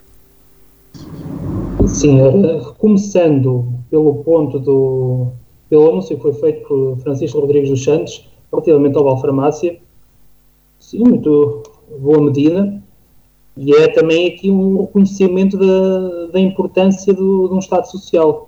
S3: Sim, começando pelo ponto do pelo anúncio que foi feito por Francisco Rodrigues dos Santos relativamente ao Vale Farmácia. Sim, muito boa medida, e é também aqui um reconhecimento da, da importância do, de um Estado Social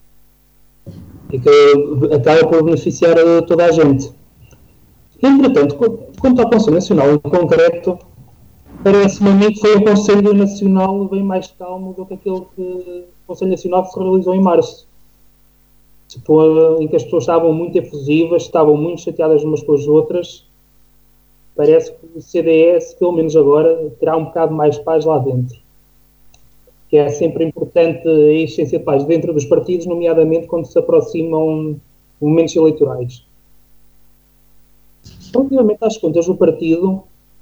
S3: e que acaba por beneficiar a toda a gente. Entretanto, quanto ao Conselho Nacional em concreto, parece-me a mim que foi o Conselho Nacional bem mais calmo do que aquele que o Conselho Nacional que se realizou em março, em que as pessoas estavam muito efusivas, estavam muito chateadas umas com as outras. Parece que o C D S, pelo menos agora, terá um bocado mais paz lá dentro. Que é sempre importante a existência de paz dentro dos partidos, nomeadamente quando se aproximam momentos eleitorais. Relativamente às contas do partido,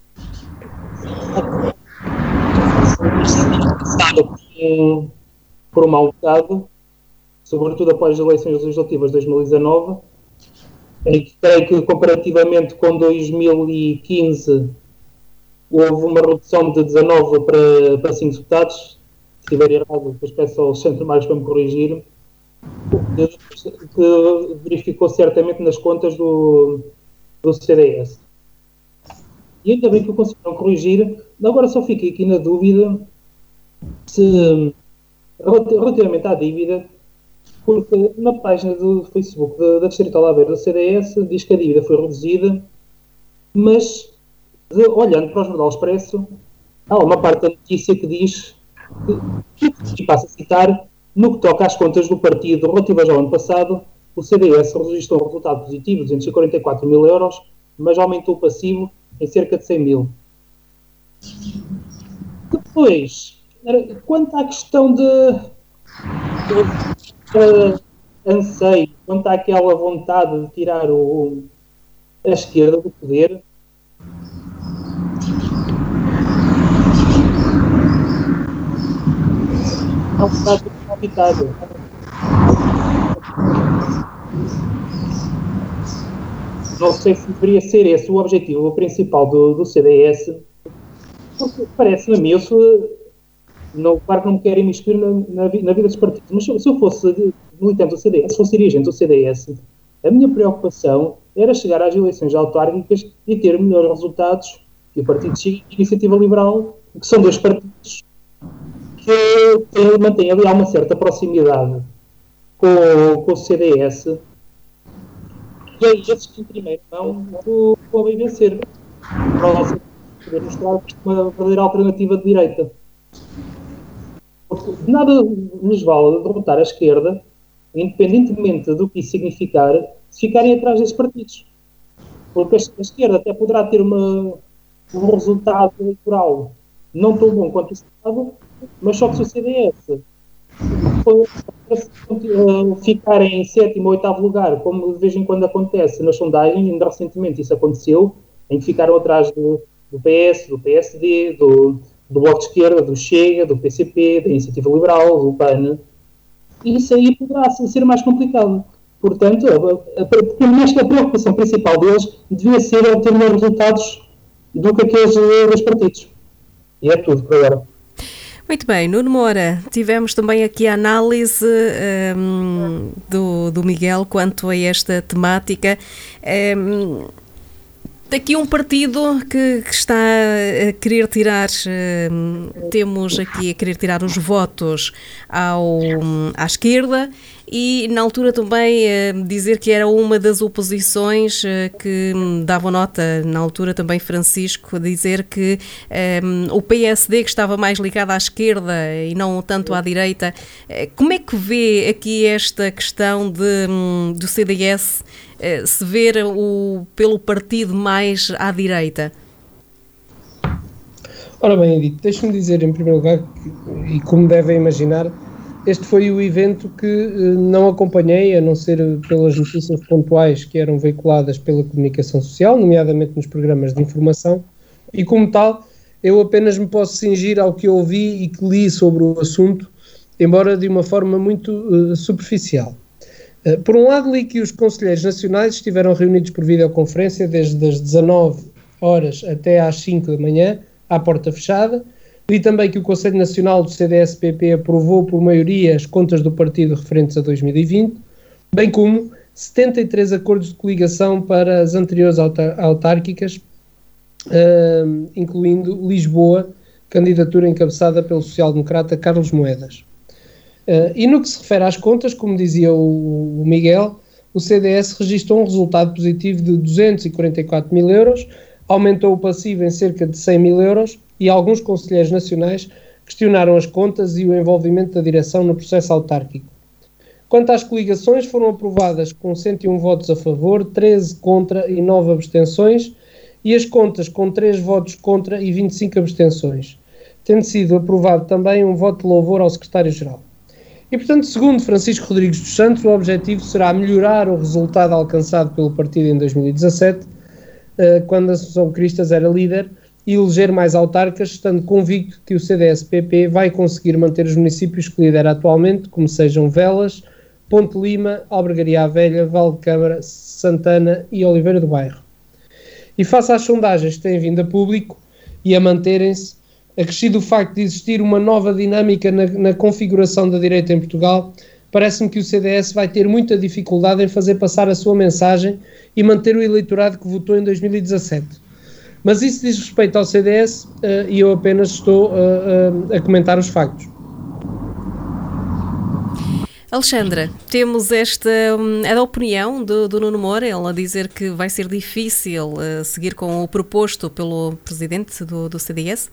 S3: por um mau bocado, sobretudo após as eleições legislativas de dois mil e dezanove, em que creio que comparativamente com dois mil e quinze houve uma redução de dezanove para, para cinco deputados. Se estiver errado, depois peço ao Alexandre Marques para me corrigir, que, que verificou certamente nas contas do, do C D S. E ainda bem que o conseguiram corrigir. Agora só fiquei aqui na dúvida se, relativamente à dívida, porque na página do Facebook da, da Distrital Aveiro do C D S diz que a dívida foi reduzida, mas de, olhando para o Jornal Expresso, há uma parte da notícia que diz que, e passo a citar, no que toca às contas do partido relativas ao ano passado, o C D S registrou um resultado positivo de duzentos e quarenta e quatro mil euros, mas aumentou o passivo em cerca de cem mil. Depois, quanto à questão de, de Uh, anseio, quanto àquela vontade de tirar o, a esquerda do poder, não está complicado. Não sei se deveria ser esse o objetivo principal do, do C D S, porque parece-me a mim, eu sou, não, claro que não me quero imiscuir na, na, na vida dos partidos, mas se, se eu fosse militante do C D S, se fosse dirigente do C D S, A minha preocupação era chegar às eleições autárquicas e ter melhores resultados que o Partido Chega e a Iniciativa Liberal, que são dois partidos que, que mantêm ali uma certa proximidade com, com o C D S, e é esses que, em primeiro mão, podem vencer, para nós poder mostrar uma verdadeira alternativa de direita. Porque nada nos vale derrotar a esquerda, independentemente do que isso significar, se ficarem atrás desses partidos. Porque a esquerda até poderá ter uma, um resultado eleitoral não tão bom quanto o Estado, mas só que se o C D S for, uh, ficar em sétimo ou oitavo lugar, como de vez em quando acontece nas sondagens, ainda recentemente isso aconteceu, em que ficaram atrás do, do P S, do P S D, do, do Bloco de Esquerda, do Chega, do P C P, da Iniciativa Liberal, do P A N, e isso aí poderá ser mais complicado. Portanto, a, a, a, a preocupação principal deles devia ser obter melhores resultados do que aqueles dos partidos. E é tudo por agora.
S2: Muito bem, Nuno Moura, tivemos também aqui a análise um, do, do Miguel quanto a esta temática. Um, Aqui um partido que, que está a querer tirar, uh, temos aqui a querer tirar os votos ao, à esquerda e na altura também uh, dizer que era uma das oposições uh, que davam nota, na altura também Francisco, a dizer que um, o P S D que estava mais ligado à esquerda e não tanto à direita. Uh, como é que vê aqui esta questão de, um, do C D S se ver o, pelo partido mais à direita?
S4: Ora bem, Edith, deixe-me dizer em primeiro lugar, que, e como devem imaginar, este foi o evento que não acompanhei, a não ser pelas notícias pontuais que eram veiculadas pela comunicação social, nomeadamente nos programas de informação, e como tal, eu apenas me posso cingir ao que ouvi e que li sobre o assunto, embora de uma forma muito uh, superficial. Por um lado, li que os conselheiros nacionais estiveram reunidos por videoconferência desde as dezanove horas até às cinco da manhã, à porta fechada. Li também que o Conselho Nacional do C D S P P aprovou por maioria as contas do partido referentes a dois mil e vinte, bem como setenta e três acordos de coligação para as anteriores autárquicas, uh, incluindo Lisboa, candidatura encabeçada pelo social-democrata Carlos Moedas. Uh, e no que se refere às contas, como dizia o, o Miguel, o C D S registrou um resultado positivo de duzentos e quarenta e quatro mil euros, aumentou o passivo em cerca de cem mil euros e alguns conselheiros nacionais questionaram as contas e o envolvimento da direção no processo autárquico. Quanto às coligações, foram aprovadas com cento e um votos a favor, treze contra e nove abstenções, e as contas com três votos contra e vinte e cinco abstenções, tendo sido aprovado também um voto de louvor ao secretário-geral. E, portanto, segundo Francisco Rodrigues dos Santos, o objetivo será melhorar o resultado alcançado pelo partido em dois mil e dezassete, quando a Associação Cristas era líder, e eleger mais autarcas, estando convicto que o C D S P P vai conseguir manter os municípios que lidera atualmente, como sejam Velas, Ponte Lima, Albergaria à Velha, Valdecâmara, Santana e Oliveira do Bairro. E face às sondagens que têm vindo a público e a manterem-se, acrescido o facto de existir uma nova dinâmica na, na configuração da direita em Portugal, parece-me que o C D S vai ter muita dificuldade em fazer passar a sua mensagem e manter o eleitorado que votou em dois mil e dezassete. Mas isso diz respeito ao C D S uh, e eu apenas estou uh, uh, a comentar os factos.
S2: Alexandra, temos esta a opinião do, do Nuno Moura, ele a dizer que vai ser difícil uh, seguir com o proposto pelo presidente do, do C D S?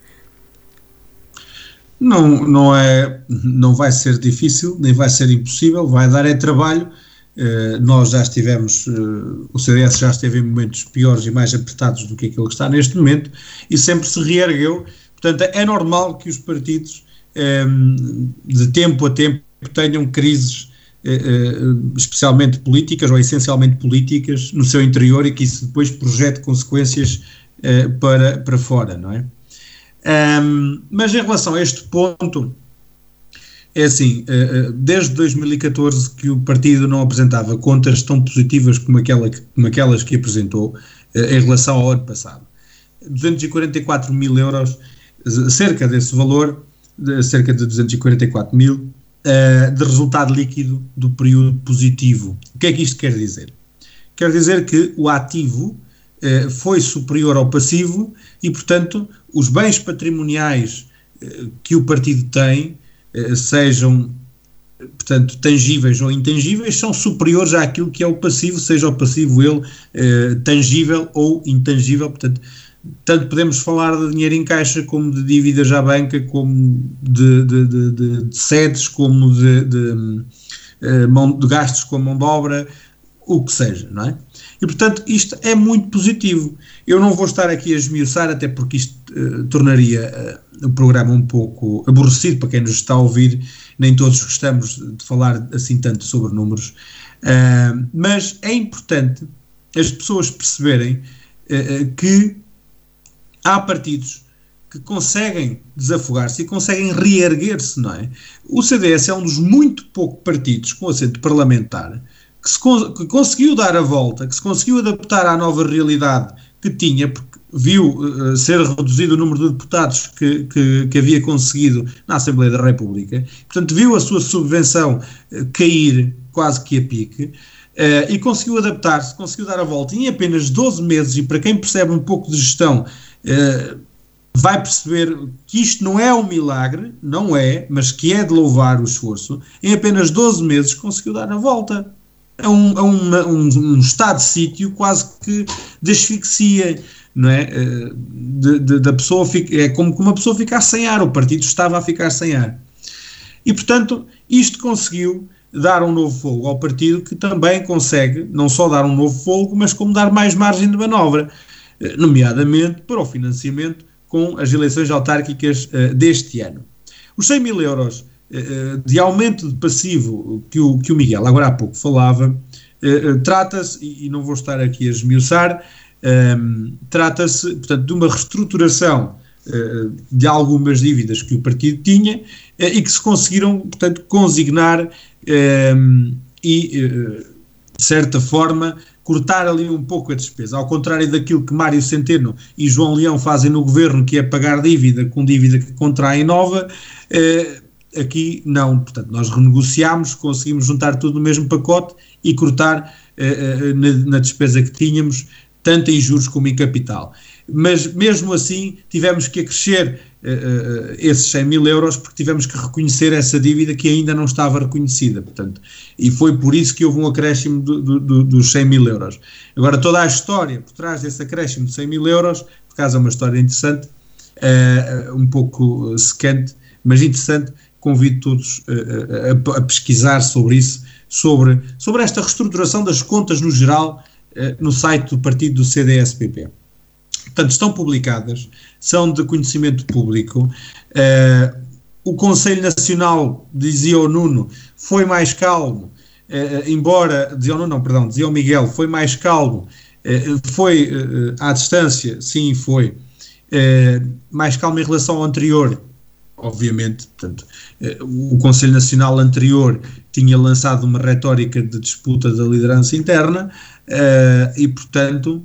S5: Não, não, é, não vai ser difícil, nem vai ser impossível, vai dar é trabalho. Uh, nós já estivemos, uh, o C D S já esteve em momentos piores e mais apertados do que aquele que está neste momento e sempre se reergueu. Portanto, é normal que os partidos, um, de tempo a tempo, tenham crises, uh, especialmente políticas ou essencialmente políticas, no seu interior e que isso depois projete consequências uh, para, para fora, não é? Um, mas em relação a este ponto, é assim, desde dois mil e catorze que o partido não apresentava contas tão positivas como, aquela que, como aquelas que apresentou em relação ao ano passado. duzentos e quarenta e quatro mil euros, cerca desse valor, cerca de duzentos e quarenta e quatro mil, de resultado líquido do período positivo. O que é que isto quer dizer? quer dizer que o ativo eh, foi superior ao passivo e, portanto, os bens patrimoniais eh, que o partido tem, eh, sejam, portanto, tangíveis ou intangíveis, são superiores àquilo que é o passivo, seja o passivo ele eh, tangível ou intangível. Portanto, tanto podemos falar de dinheiro em caixa, como de dívidas à banca, como de, de, de, de, de sedes, como de, de, de, mão, de gastos com a mão de obra, o que seja, não é? E, portanto, isto é muito positivo. Eu não vou estar aqui a esmiuçar, até porque isto uh, tornaria uh, o programa um pouco aborrecido para quem nos está a ouvir. Nem todos gostamos de falar assim tanto sobre números, uh, mas é importante as pessoas perceberem uh, que há partidos que conseguem desafogar-se e conseguem reerguer-se, não é? O C D S é um dos muito poucos partidos com assento parlamentar que, se con- que conseguiu dar a volta, que se conseguiu adaptar à nova realidade que tinha, porque viu uh, ser reduzido o número de deputados que, que, que havia conseguido na Assembleia da República, portanto viu a sua subvenção uh, cair quase que a pique, uh, e conseguiu adaptar-se, conseguiu dar a volta em apenas doze meses, e para quem percebe um pouco de gestão, uh, vai perceber que isto não é um milagre, não é, mas que é de louvar o esforço. Em apenas doze meses conseguiu dar a volta a um, a uma, um, um estado de sítio quase que de asfixia, não é? De, de, da pessoa fica, é como que uma pessoa ficar sem ar, o partido estava a ficar sem ar. E, portanto, isto conseguiu dar um novo fogo ao partido, que também consegue não só dar um novo fogo, mas como dar mais margem de manobra, nomeadamente para o financiamento com as eleições autárquicas uh, deste ano. Os cem mil euros uh, de aumento de passivo que o, que o Miguel agora há pouco falava, uh, uh, trata-se, e, e não vou estar aqui a esmiuçar, um, trata-se, portanto, de uma reestruturação uh, de algumas dívidas que o partido tinha, uh, e que se conseguiram, portanto, consignar um, e, uh, de certa forma, cortar ali um pouco a despesa, ao contrário daquilo que Mário Centeno e João Leão fazem no governo, que é pagar dívida com dívida que contraem nova. Eh, aqui não, portanto, nós renegociámos, conseguimos juntar tudo no mesmo pacote e cortar eh, na, na despesa que tínhamos, tanto em juros como em capital. Mas mesmo assim tivemos que acrescer uh, uh, esses cem mil euros, porque tivemos que reconhecer essa dívida que ainda não estava reconhecida, portanto, e foi por isso que houve um acréscimo do, do, do, dos cem mil euros. Agora, toda a história por trás desse acréscimo de cem mil euros, por acaso é uma história interessante, uh, um pouco secante, mas interessante. Convido todos uh, a, a pesquisar sobre isso, sobre, sobre esta reestruturação das contas no geral, uh, no site do partido do C D S P P. Portanto, estão publicadas, são de conhecimento público. Uh, o Conselho Nacional, dizia o Nuno, foi mais calmo, uh, embora, dizia o Nuno, não, perdão, dizia o Miguel, foi mais calmo, uh, foi uh, à distância, sim, foi, uh, mais calmo em relação ao anterior, obviamente. Portanto, uh, o Conselho Nacional anterior tinha lançado uma retórica de disputa da liderança interna, uh, e, portanto,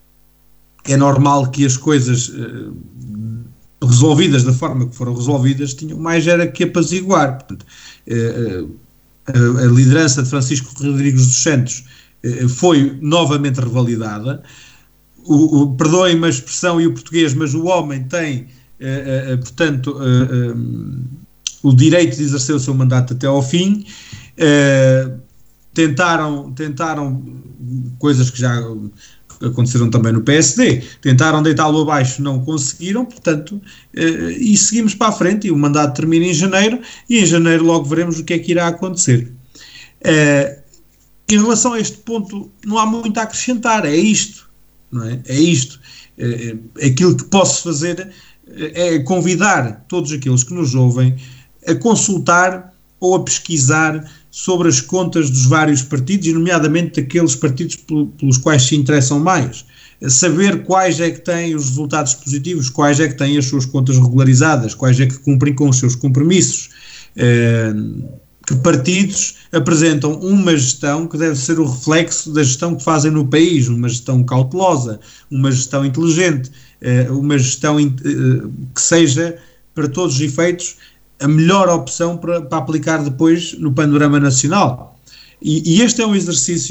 S5: é normal que as coisas uh, resolvidas da forma que foram resolvidas tinham mais era que apaziguar. Portanto, uh, uh, a liderança de Francisco Rodrigues dos Santos uh, foi novamente revalidada. O, o, perdoem-me a expressão e o português, mas o homem tem, uh, uh, portanto, uh, um, o direito de exercer o seu mandato até ao fim. Uh, tentaram, tentaram coisas que já aconteceram também no P S D, tentaram deitá-lo abaixo, não conseguiram, portanto, eh, e seguimos para a frente, e o mandato termina em janeiro, e em janeiro logo veremos o que é que irá acontecer. Eh, em relação a este ponto, não há muito a acrescentar, é isto, não é? É isto. Eh, aquilo que posso fazer é convidar todos aqueles que nos ouvem a consultar ou a pesquisar sobre as contas dos vários partidos, e nomeadamente daqueles partidos pelos quais se interessam mais. Saber quais é que têm os resultados positivos, quais é que têm as suas contas regularizadas, quais é que cumprem com os seus compromissos, eh, que partidos apresentam uma gestão que deve ser o reflexo da gestão que fazem no país, uma gestão cautelosa, uma gestão inteligente, eh, uma gestão eh, que seja, para todos os efeitos, a melhor opção para, para aplicar depois no panorama nacional. E, e este é um exercício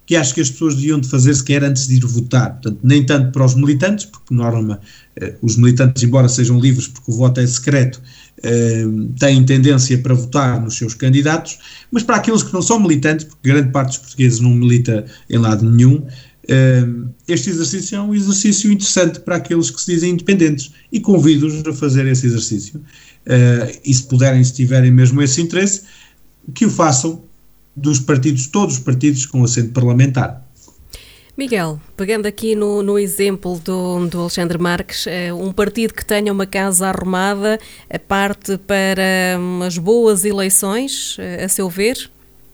S5: que acho que as pessoas deviam de fazer sequer antes de ir votar. Portanto, nem tanto para os militantes, porque por norma eh, os militantes, embora sejam livres porque o voto é secreto, eh, têm tendência para votar nos seus candidatos, mas para aqueles que não são militantes, porque grande parte dos portugueses não milita em lado nenhum, eh, este exercício é um exercício interessante para aqueles que se dizem independentes e convido-os a fazer esse exercício. Eh, e se puderem, se tiverem mesmo esse interesse, que o façam dos partidos, todos os partidos com assento parlamentar.
S2: Miguel, pegando aqui no, no exemplo do, do Alexandre Marques, um partido que tenha uma casa arrumada parte para umas boas eleições, a seu ver?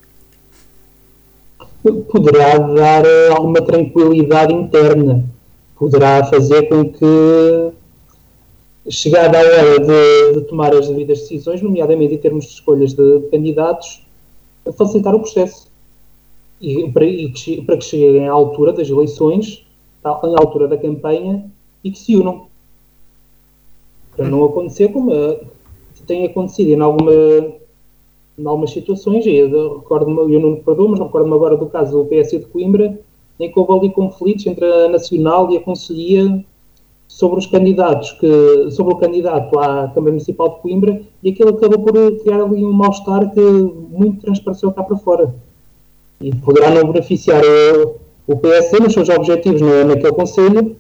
S3: Poderá dar alguma tranquilidade interna, poderá fazer com que, chegada a hora de, de tomar as devidas decisões, nomeadamente em termos de escolhas de, de candidatos, facilitar o processo e para, e que, para que cheguem à altura das eleições, à altura da campanha, e que se unam. Para não acontecer como tem acontecido em, alguma, em algumas situações, eu recordo-me, eu não me perdoo, mas recordo-me agora do caso do P S de Coimbra, em que houve ali conflitos entre a Nacional e a Conselhia sobre os candidatos, que, sobre o candidato à Câmara Municipal de Coimbra, e aquilo acabou por criar ali um mal-estar que muito transpareceu cá para fora. E poderá não beneficiar o, o P S nos seus objetivos no, naquele Conselho,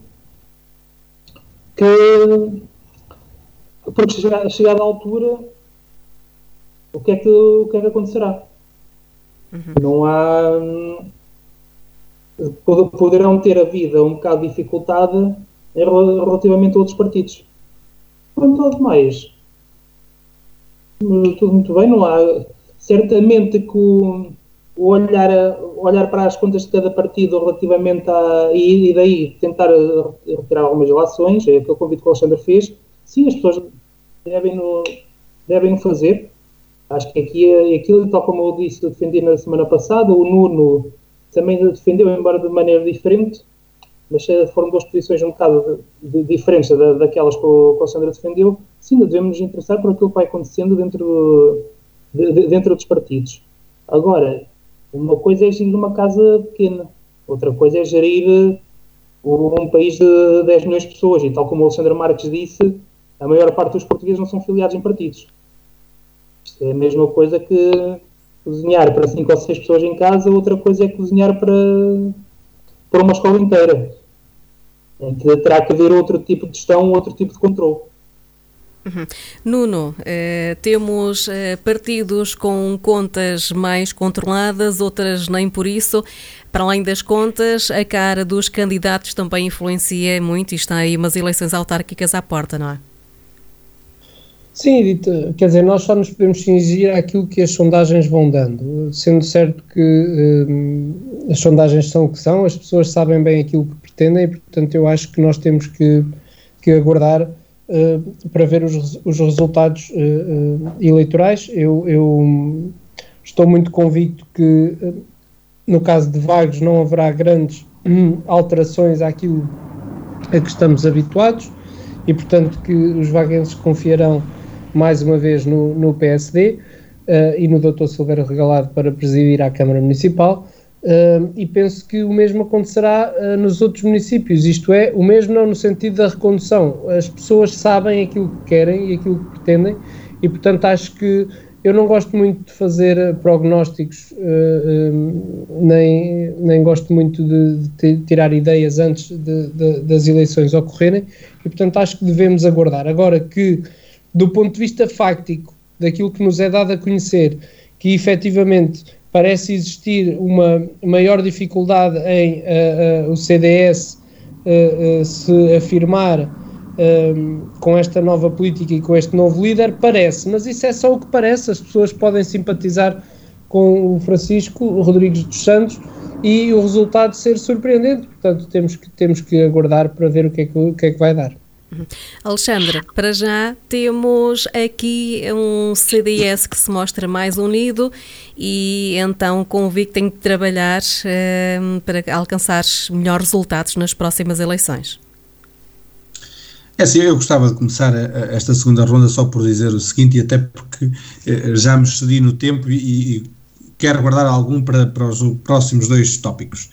S3: que, porque chegada, chegada a altura, o que é que, o que, é que acontecerá? Uhum. Não há... Poderão ter a vida um bocado dificultada relativamente a outros partidos. Quanto ao demais, tudo muito bem, não há... Certamente que o, o olhar, olhar para as contas de cada partido relativamente a... E, e daí tentar retirar algumas relações, é aquele convite que o Alexandre fez, sim, as pessoas devem no, devem no fazer. Acho que aqui é aquilo, tal como eu disse, eu defendi na semana passada, o Nuno também defendeu, embora de maneira diferente, mas foram duas posições um bocado de, de, diferentes da, daquelas que o, que o Alexandre defendeu. Sim, devemos nos interessar por aquilo que vai acontecendo dentro, de, de, dentro dos partidos. Agora, uma coisa é gerir uma casa pequena, outra coisa é gerir um país de dez milhões de pessoas, e tal como o Alexandre Marques disse, a maior parte dos portugueses não são filiados em partidos. Isto é a mesma coisa que cozinhar para cinco ou seis pessoas em casa, outra coisa é cozinhar para, para uma escola inteira. Em que terá que haver outro tipo de gestão, outro tipo de controle.
S2: Uhum. Nuno, eh, temos eh, partidos com contas mais controladas, outras nem por isso. Para além das contas, a cara dos candidatos também influencia muito e está aí umas eleições autárquicas à porta, não é?
S4: Sim, Edith, quer dizer, nós só nos podemos cingir àquilo que as sondagens vão dando, sendo certo que hum, as sondagens são o que são, as pessoas sabem bem aquilo que pretendem e, portanto, eu acho que nós temos que, que aguardar uh, para ver os, os resultados uh, uh, eleitorais. Eu, eu estou muito convicto que, uh, no caso de Vagos, não haverá grandes hum, alterações àquilo a que estamos habituados e, portanto, que os vaguenses confiarão mais uma vez no, no P S D uh, e no doutor Silveira Regalado para presidir a Câmara Municipal uh, e penso que o mesmo acontecerá uh, nos outros municípios, isto é, o mesmo não no sentido da recondução, as pessoas sabem aquilo que querem e aquilo que pretendem e portanto acho que eu não gosto muito de fazer prognósticos uh, uh, nem, nem gosto muito de, de tirar ideias antes de, de, das eleições ocorrerem e portanto acho que devemos aguardar. Agora que do ponto de vista fáctico, daquilo que nos é dado a conhecer, que efetivamente parece existir uma maior dificuldade em uh, uh, o C D S uh, uh, se afirmar uh, com esta nova política e com este novo líder, parece, mas isso é só o que parece, as pessoas podem simpatizar com o Francisco Rodrigues dos Santos e o resultado ser surpreendente, portanto temos que, temos que aguardar para ver o que é que, o que, é que vai dar.
S2: Alexandre, para já temos aqui um C D S que se mostra mais unido e então convicto em trabalhar uh, para alcançar melhores resultados nas próximas eleições.
S5: É assim, eu gostava de começar a, a esta segunda ronda só por dizer o seguinte, e até porque uh, já me excedi no tempo e, e quero guardar algum para, para os próximos dois tópicos.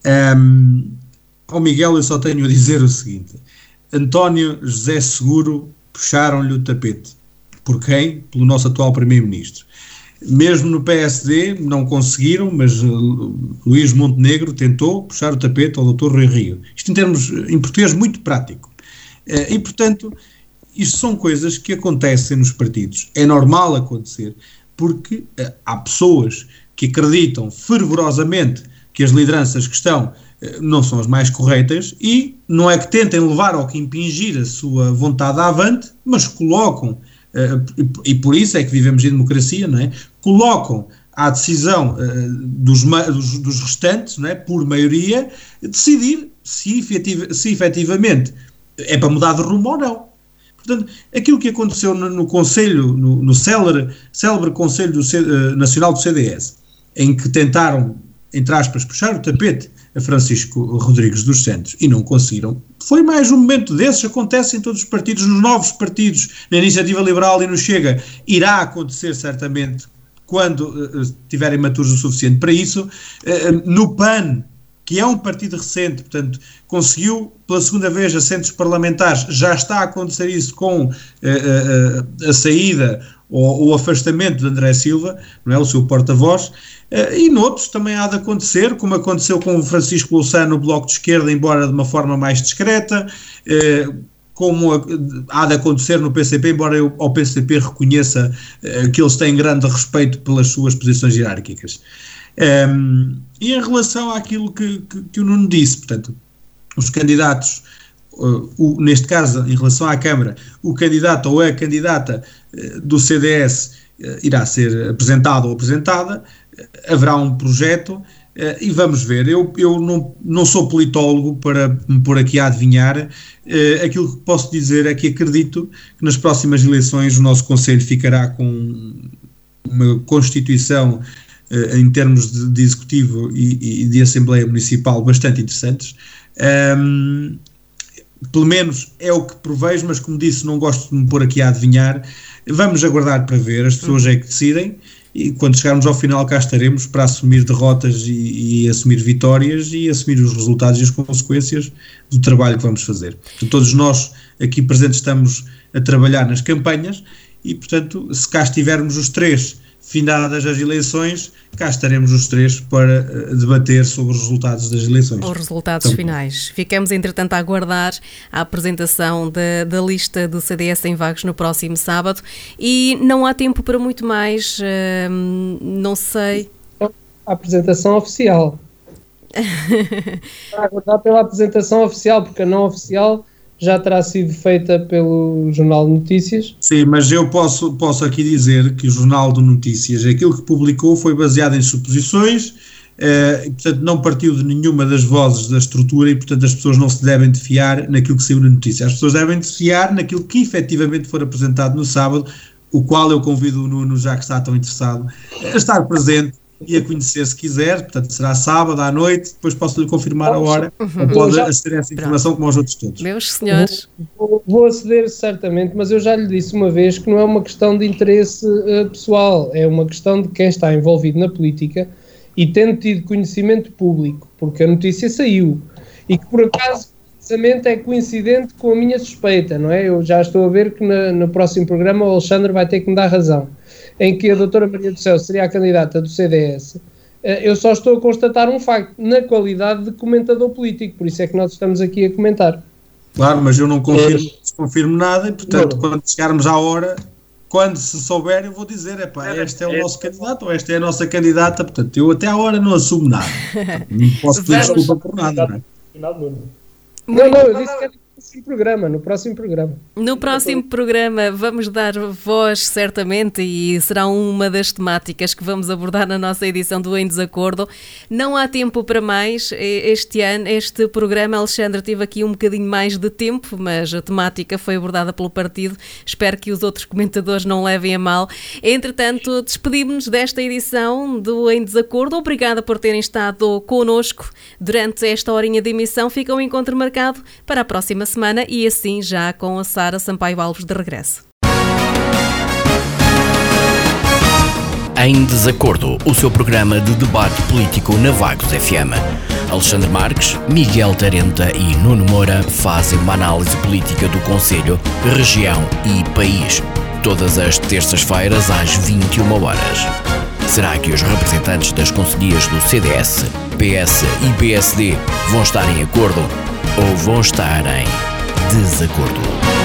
S5: Um, ao Miguel eu só tenho a dizer o seguinte: António José Seguro puxaram-lhe o tapete. Por quem? Pelo nosso atual Primeiro-Ministro. Mesmo no P S D não conseguiram, mas uh, Luís Montenegro tentou puxar o tapete ao doutor Rui Rio. Isto em termos, em português, muito prático. Uh, e, portanto, isto são coisas que acontecem nos partidos. É normal acontecer, porque uh, há pessoas que acreditam fervorosamente que as lideranças que estão uh, não são as mais corretas e não é que tentem levar ou que impingir a sua vontade avante, mas colocam, uh, e, e por isso é que vivemos em democracia, não é? Colocam à decisão uh, dos, dos, dos restantes, não é? Por maioria, decidir se, efetiv, se efetivamente é para mudar de rumo ou não. Portanto, aquilo que aconteceu no, no Conselho, no, no célebre, célebre Conselho do C, uh, Nacional do C D S, em que tentaram, entre aspas, puxar o tapete a Francisco Rodrigues dos Santos e não conseguiram, foi mais um momento desses. Acontece em todos os partidos, nos novos partidos, na Iniciativa Liberal e no Chega, irá acontecer certamente quando uh, tiverem maturos o suficiente para isso. Uh, no P A N, que é um partido recente, portanto, conseguiu pela segunda vez assentos parlamentares, já está a acontecer isso com uh, uh, a saída ou o afastamento de André Silva, não é, o seu porta-voz, uh, e noutros também há de acontecer, como aconteceu com o Francisco Louçã no Bloco de Esquerda, embora de uma forma mais discreta, uh, como a, há de acontecer no P C P, embora eu ao P C P reconheça uh, que eles têm grande respeito pelas suas posições hierárquicas. Um, e em relação àquilo que, que, que o Nuno disse, portanto, os candidatos, uh, o, neste caso, em relação à Câmara, o candidato ou a candidata uh, do C D S uh, irá ser apresentado ou apresentada, uh, haverá um projeto uh, e vamos ver. Eu, eu não, não sou politólogo para me pôr aqui a adivinhar. Uh, aquilo que posso dizer é que acredito que nas próximas eleições o nosso Conselho ficará com uma Constituição em termos de, de Executivo e, e de Assembleia Municipal bastante interessantes. Um, pelo menos é o que prevejo, mas como disse, não gosto de me pôr aqui a adivinhar. Vamos aguardar para ver, as pessoas é que decidem, e quando chegarmos ao final cá estaremos para assumir derrotas e, e assumir vitórias e assumir os resultados e as consequências do trabalho que vamos fazer. Portanto, todos nós aqui presentes estamos a trabalhar nas campanhas e, portanto, se cá estivermos os três findadas as eleições, cá estaremos os três para uh, debater sobre os resultados das eleições.
S2: Os resultados
S5: então,
S2: finais. Ficamos, entretanto, a aguardar a apresentação da, da lista do C D S em Vagos no próximo sábado e não há tempo para muito mais, uh, não sei...
S4: A apresentação oficial. Para aguardar pela apresentação oficial, porque a não oficial já terá sido feita pelo Jornal de Notícias.
S5: Sim, mas eu posso, posso aqui dizer que o Jornal de Notícias, aquilo que publicou foi baseado em suposições, eh, e, portanto, não partiu de nenhuma das vozes da estrutura e, portanto, as pessoas não se devem de fiar naquilo que saiu na notícia. As pessoas devem de se fiar naquilo que efetivamente for apresentado no sábado, o qual eu convido o Nuno, já que está tão interessado, a estar presente e a conhecer se quiser. Portanto, será sábado à noite, depois posso-lhe confirmar a hora, uhum. Pode já aceder a essa informação como aos outros todos.
S2: Meus senhores.
S4: Vou, vou aceder certamente, mas eu já lhe disse uma vez que não é uma questão de interesse uh, pessoal, é uma questão de quem está envolvido na política e tendo tido conhecimento público, porque a notícia saiu, e que por acaso precisamente é coincidente com a minha suspeita, não é? Eu já estou a ver que na, no próximo programa o Alexandre vai ter que me dar razão, em que a doutora Maria do Céu seria a candidata do C D S. Eu só estou a constatar um facto, na qualidade de comentador político, por isso é que nós estamos aqui a comentar.
S5: Claro, mas eu não confirmo, é. confirmo nada e, portanto, não. Quando chegarmos à hora, quando se souber, eu vou dizer, epá, este é o nosso candidato ou esta é a nossa candidata, portanto, eu até à hora não assumo nada. Não posso pedir desculpa por nada, não é?
S4: Não, não, eu disse que era no próximo programa, no próximo programa.
S2: No próximo programa vamos dar voz, certamente, e será uma das temáticas que vamos abordar na nossa edição do Em Desacordo. Não há tempo para mais este ano, este programa, Alexandre, tive aqui um bocadinho mais de tempo, mas a temática foi abordada pelo partido, espero que os outros comentadores não levem a mal. Entretanto, despedimos-nos desta edição do Em Desacordo. Obrigada por terem estado connosco durante esta horinha de emissão. Fica um encontro marcado para a próxima semana e assim já com a Sara Sampaio Alves de regresso.
S1: Em Desacordo, o seu programa de debate político na Vagos F M. Alexandre Marques, Miguel Tarenta e Nuno Moura fazem uma análise política do concelho, região e país. Todas as terças-feiras às vinte e uma horas. Será que os representantes das concelhias do C D S, P S e P S D vão estar em acordo ou vão estar em desacordo?